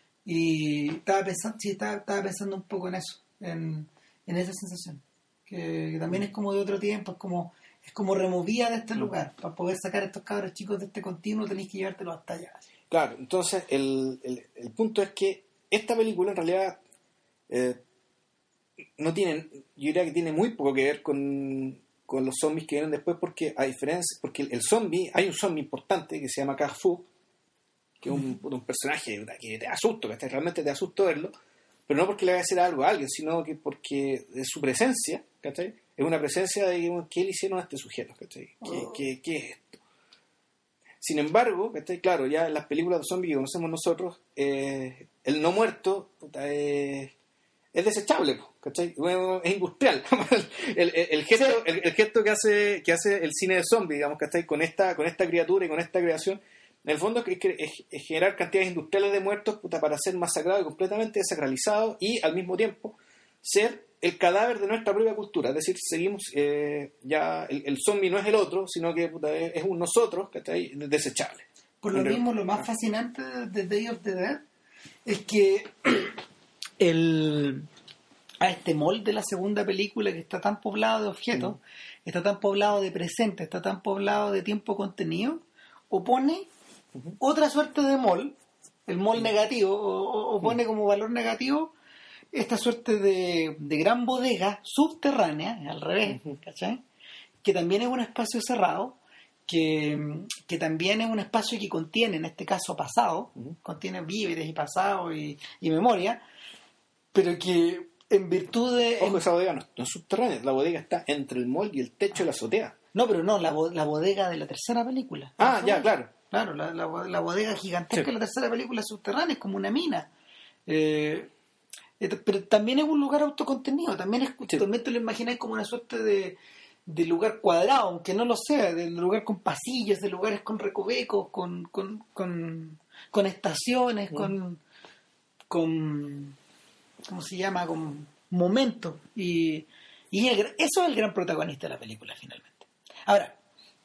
Y estaba pensando, sí, estaba, estaba pensando un poco en eso, en... en esa sensación que, que también es como de otro tiempo, es como es como removida de este lugar. Para poder sacar a estos cabros chicos de este continuo tenéis que llevártelos hasta allá. Claro, entonces el, el, el punto es que esta película en realidad eh, no tiene, yo diría que tiene muy poco que ver con, con los zombies que vienen después, porque a diferencia, porque el, el zombie, hay un zombie importante que se llama Carrefour, que es un, un personaje que te asusta, que realmente te asusta verlo, pero no porque le vaya a hacer algo a alguien, sino que porque de su presencia, ¿cachai? Es una presencia de digamos, ¿qué le hicieron a este sujeto? ¿Cachai? ¿Qué, oh. qué, ¿Qué es esto? Sin embargo, ¿cachai? Claro, ya en las películas de zombies que conocemos nosotros, eh, el no muerto puta, eh, es desechable, ¿cachai? Bueno, es industrial. el, el, el, gesto, el, el gesto que hace que hace el cine de zombies, digamos, ¿cachai? Con esta, con esta criatura y con esta creación, en el fondo es, es, es generar cantidades industriales de muertos puta, para ser masacrados y completamente desacralizados y al mismo tiempo ser el cadáver de nuestra propia cultura. Es decir, seguimos eh, ya el, el zombie no es el otro, sino que puta, es, es un nosotros que está ahí desechable. Por lo en mismo, lo más ah. fascinante de Day of the Dead es que el a este molde de la segunda película que está tan poblado de objetos, mm. está tan poblado de presente, está tan poblado de tiempo contenido, opone uh-huh. otra suerte de mol, el mol uh-huh. negativo, o, o pone uh-huh. como valor negativo esta suerte de, de gran bodega subterránea, al revés, uh-huh. ¿cachai? Que también es un espacio cerrado, que, que también es un espacio que contiene, en este caso pasado, uh-huh. contiene víveres y pasado y, y memoria, pero que en virtud de... Ojo, esa bodega no, no es subterránea, la bodega está entre el mall y el techo de la azotea. No, pero no, la, bo- la bodega de la tercera película. Ah, Eso ya, es. claro. Claro, la, la, bo- la bodega gigantesca Sí. de la tercera película subterránea, es como una mina. Eh, et- pero también es un lugar autocontenido, también es Sí. también te lo imagináis como una suerte de, de lugar cuadrado, aunque no lo sea, de lugar con pasillos, de lugares con recovecos, con, con, con, con estaciones, Mm. con, con ¿cómo se llama? Con momentos. Y, y el gra- eso es el gran protagonista de la película, finalmente. Ahora,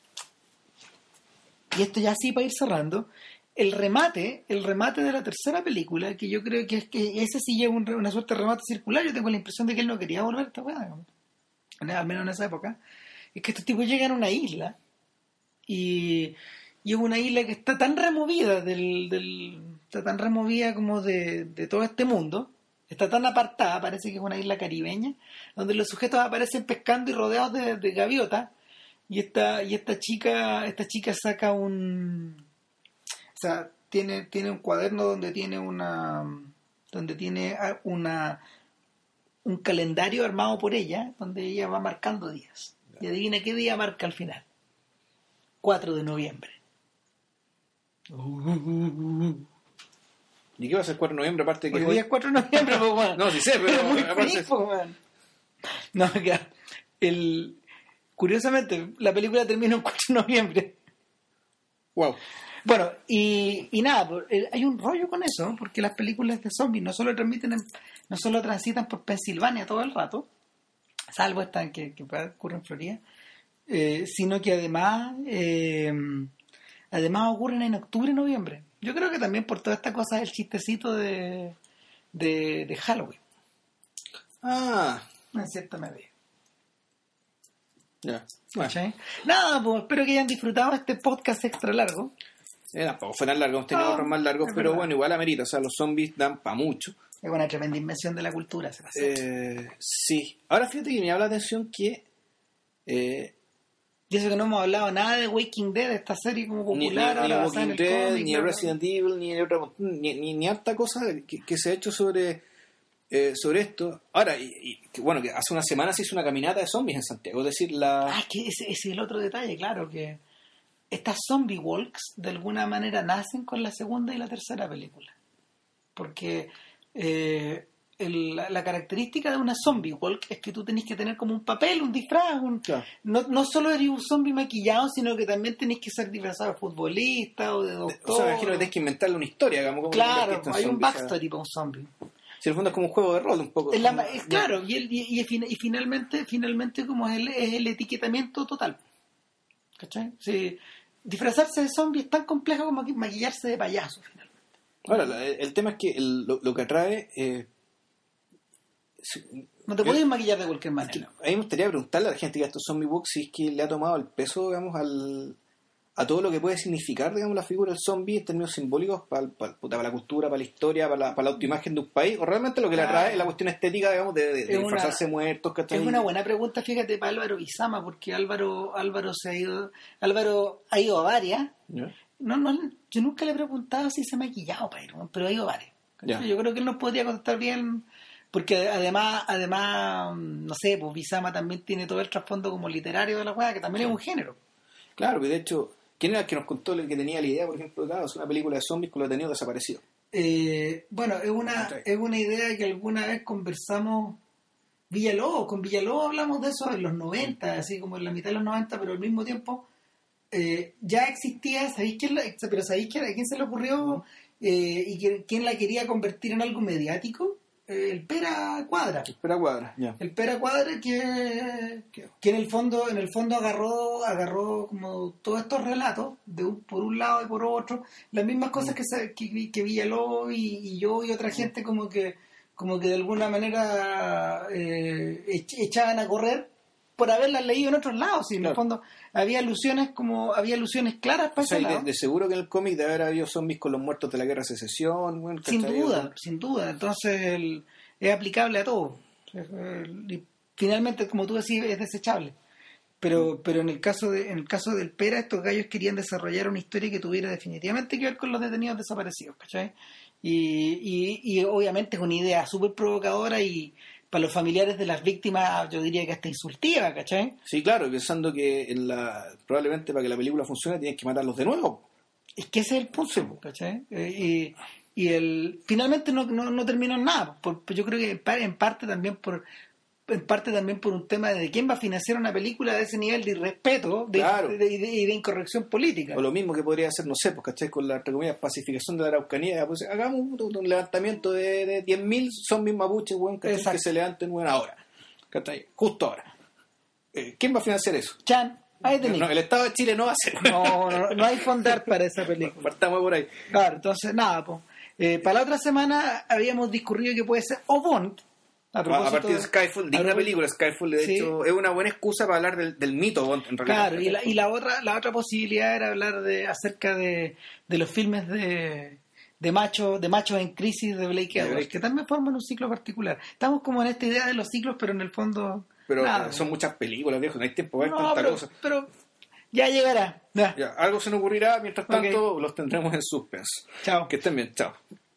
y esto ya sí para ir cerrando, el remate, el remate de la tercera película, que yo creo que es que ese sí lleva un re- una suerte de remate circular, yo tengo la impresión de que él no quería volver a esta weá, digamos. Al menos en esa época, es que estos tipos llegan a una isla y, y es una isla que está tan removida del, del está tan removida como de, de todo este mundo, está tan apartada, parece que es una isla caribeña, donde los sujetos aparecen pescando y rodeados de, de gaviotas, y esta, y esta chica, esta chica saca un, o sea, tiene, tiene un cuaderno donde tiene una, donde tiene ah, una, un calendario armado por ella, donde ella va marcando días. Y adivina qué día marca al final. cuatro de noviembre. ¿Y qué va a ser cuatro de noviembre aparte de que Hoy hoy? día es cuatro de noviembre, pues, weón. No, sí sé, pero muy aparte- feliz, pues, weón. No, claro. El, curiosamente, la película termina el cuatro de noviembre. Wow. Bueno, y, y nada, pues, eh, hay un rollo con eso, porque las películas de zombies no solo transmiten, en- no solo transitan por Pensilvania todo el rato, salvo esta que, que ocurre en Florida, eh, sino que además, eh, además ocurren en octubre y noviembre. Yo creo que también por toda esta cosa del chistecito de, de, de Halloween, Ah, en cierta medida. ya. Bueno, ¿Cachai? Nada, pues espero que hayan disfrutado este podcast extra largo. eh, tampoco fueran largos, hemos tenido No, otros más largos, es pero verdad. bueno, igual amerita. O sea, los zombies dan para mucho. Es una tremenda invención de la cultura. Se pasa. Eh, sí. Ahora fíjate que me llama la atención que eh, Y eso que no hemos hablado nada de Walking Dead, esta serie como ni, ni, popular, ni ahora basada en Walking el Dead, cómic, ni bla, bla, bla. Resident Evil, ni, otra, ni, ni, ni harta cosa que, que se ha hecho sobre, eh, sobre esto. Ahora, y, y que, bueno, que hace una semana se hizo una caminata de zombies en Santiago. Es decir, la... Ah, es que ese, ese es el otro detalle, claro, que estas zombie walks de alguna manera nacen con la segunda y la tercera película. Porque eh, el- la, la característica de una zombie walk es que tú tenés que tener como un papel, un disfraz. Un, Claro. no, no solo eres un zombie maquillado, sino que también tenés que ser disfrazado de futbolista o de doctor. O sea, me imagino que tienes que inventarle una historia, digamos, como Claro, que hay un zombies, o sea, backstory para un zombie. si en el fondo es como un juego de rol, un poco. Es la- como- es claro, y, el- y, y fin- y finalmente, finalmente como es el, es el etiquetamiento total. ¿Cachai? Sí, disfrazarse de zombie es tan complejo como que maquillarse de payaso, finalmente. Ahora, la- el tema es que el- lo, lo que atrae. Eh, es- No te yo- puedes maquillar de cualquier es que manera. a mí me gustaría preguntarle a la gente que a estos zombie books si es que le ha tomado el peso, digamos, al, a todo lo que puede significar, digamos, la figura del zombie en términos simbólicos para, para, para la cultura, para la historia, para la, para la autoimagen de un país, o realmente lo que le Claro. atrae es la cuestión estética, digamos, de, de, de Es una- disfrazarse muertos, ¿cachai? Es una buena pregunta, fíjate, para Álvaro Bizama, porque Álvaro Álvaro se ha ido Álvaro ha ido a varias. ¿Ya? No, no, yo nunca le he preguntado si se ha maquillado para ir, ¿no? Pero ha ido a varias. ¿Cachai? Ya. Yo creo que él nos podría contestar bien, porque además, además, no sé, pues Bizama también tiene todo el trasfondo como literario de la weá, que también es un género. Claro, y de hecho, ¿quién era el que nos contó, el que tenía la idea, por ejemplo, de claro, es una película de zombies con los detenidos desaparecidos? Eh, bueno, es una, Sí. es una idea que alguna vez conversamos Villalobos, con Villalobos hablamos de eso en los noventa, así como en la mitad de los noventa, pero al mismo tiempo eh, ya existía, ¿sabéis quién la, pero ¿sabéis quién, a quién se le ocurrió eh, y quién, quién la quería convertir en algo mediático? Eh, el Pera Cuadra. Espera cuadra, ya. El Pera Cuadra que, que en el fondo en el fondo agarró agarró como todos estos relatos de un, por un lado y por otro las mismas cosas que se- que, que Villalobos y, y yo y otra gente como que como que de alguna manera eh, ech- echaban a correr por haberlas leído en otros lados y en Claro. el fondo había alusiones como había alusiones claras para O sea, ese y de, lado. de seguro que en el cómic debe haber habido zombies con los muertos de la guerra de secesión, bueno, Sin ¿cachai? duda, sin duda. Entonces el- es aplicable a todo. El- y finalmente, como tú decís, es desechable. Pero, pero en el caso de, en el caso del Pera, estos gallos querían desarrollar una historia que tuviera definitivamente que ver con los detenidos desaparecidos, ¿cachai? Y, y, y obviamente es una idea súper provocadora y para los familiares de las víctimas, yo diría que hasta insultiva, ¿cachai? Sí, claro, y pensando que en la, probablemente para que la película funcione tienen que matarlos de nuevo. Es que ese es el punto, ¿cachai? Eh, y, y el finalmente no, no, no terminó en nada. Por, yo creo que en parte también por en parte también por un tema de quién va a financiar una película de ese nivel de irrespeto de, claro. de, de, de, de, de incorrección política. O lo mismo que podría hacer, no sé, pues, ¿cachai? Con la, entre comillas, pacificación de la Araucanía, pues hagamos un, un levantamiento de, de diez mil zombies mapuches, weón, que se levanten, weón, ahora. ¿Cachai? Justo ahora. Eh, ¿Quién va a financiar eso? Chan. Ahí tenés. No, el Estado de Chile no va a hacer. No, no, no hay fondar para esa película. Partamos por ahí. Claro, entonces, nada, pues. Eh, para la otra semana habíamos discurrido que puede ser o Bond. A, a partir de Skyfall, digna película. Skyfall, de sí. hecho, es una buena excusa para hablar del, del mito Bond, en realidad. Claro, y la, y la otra la otra posibilidad era hablar de acerca de, de los filmes de, de machos de machos en crisis de Blake Edwards, que también forman un ciclo particular. Estamos como en esta idea de los ciclos, pero en el fondo... Pero nada, son muchas películas, viejo, no hay tiempo para ver no, tanta pero, cosa. Pero ya llegará. Ya. Ya, algo se nos ocurrirá, mientras tanto okay. Los tendremos en suspense. Chao. Que estén bien, chao.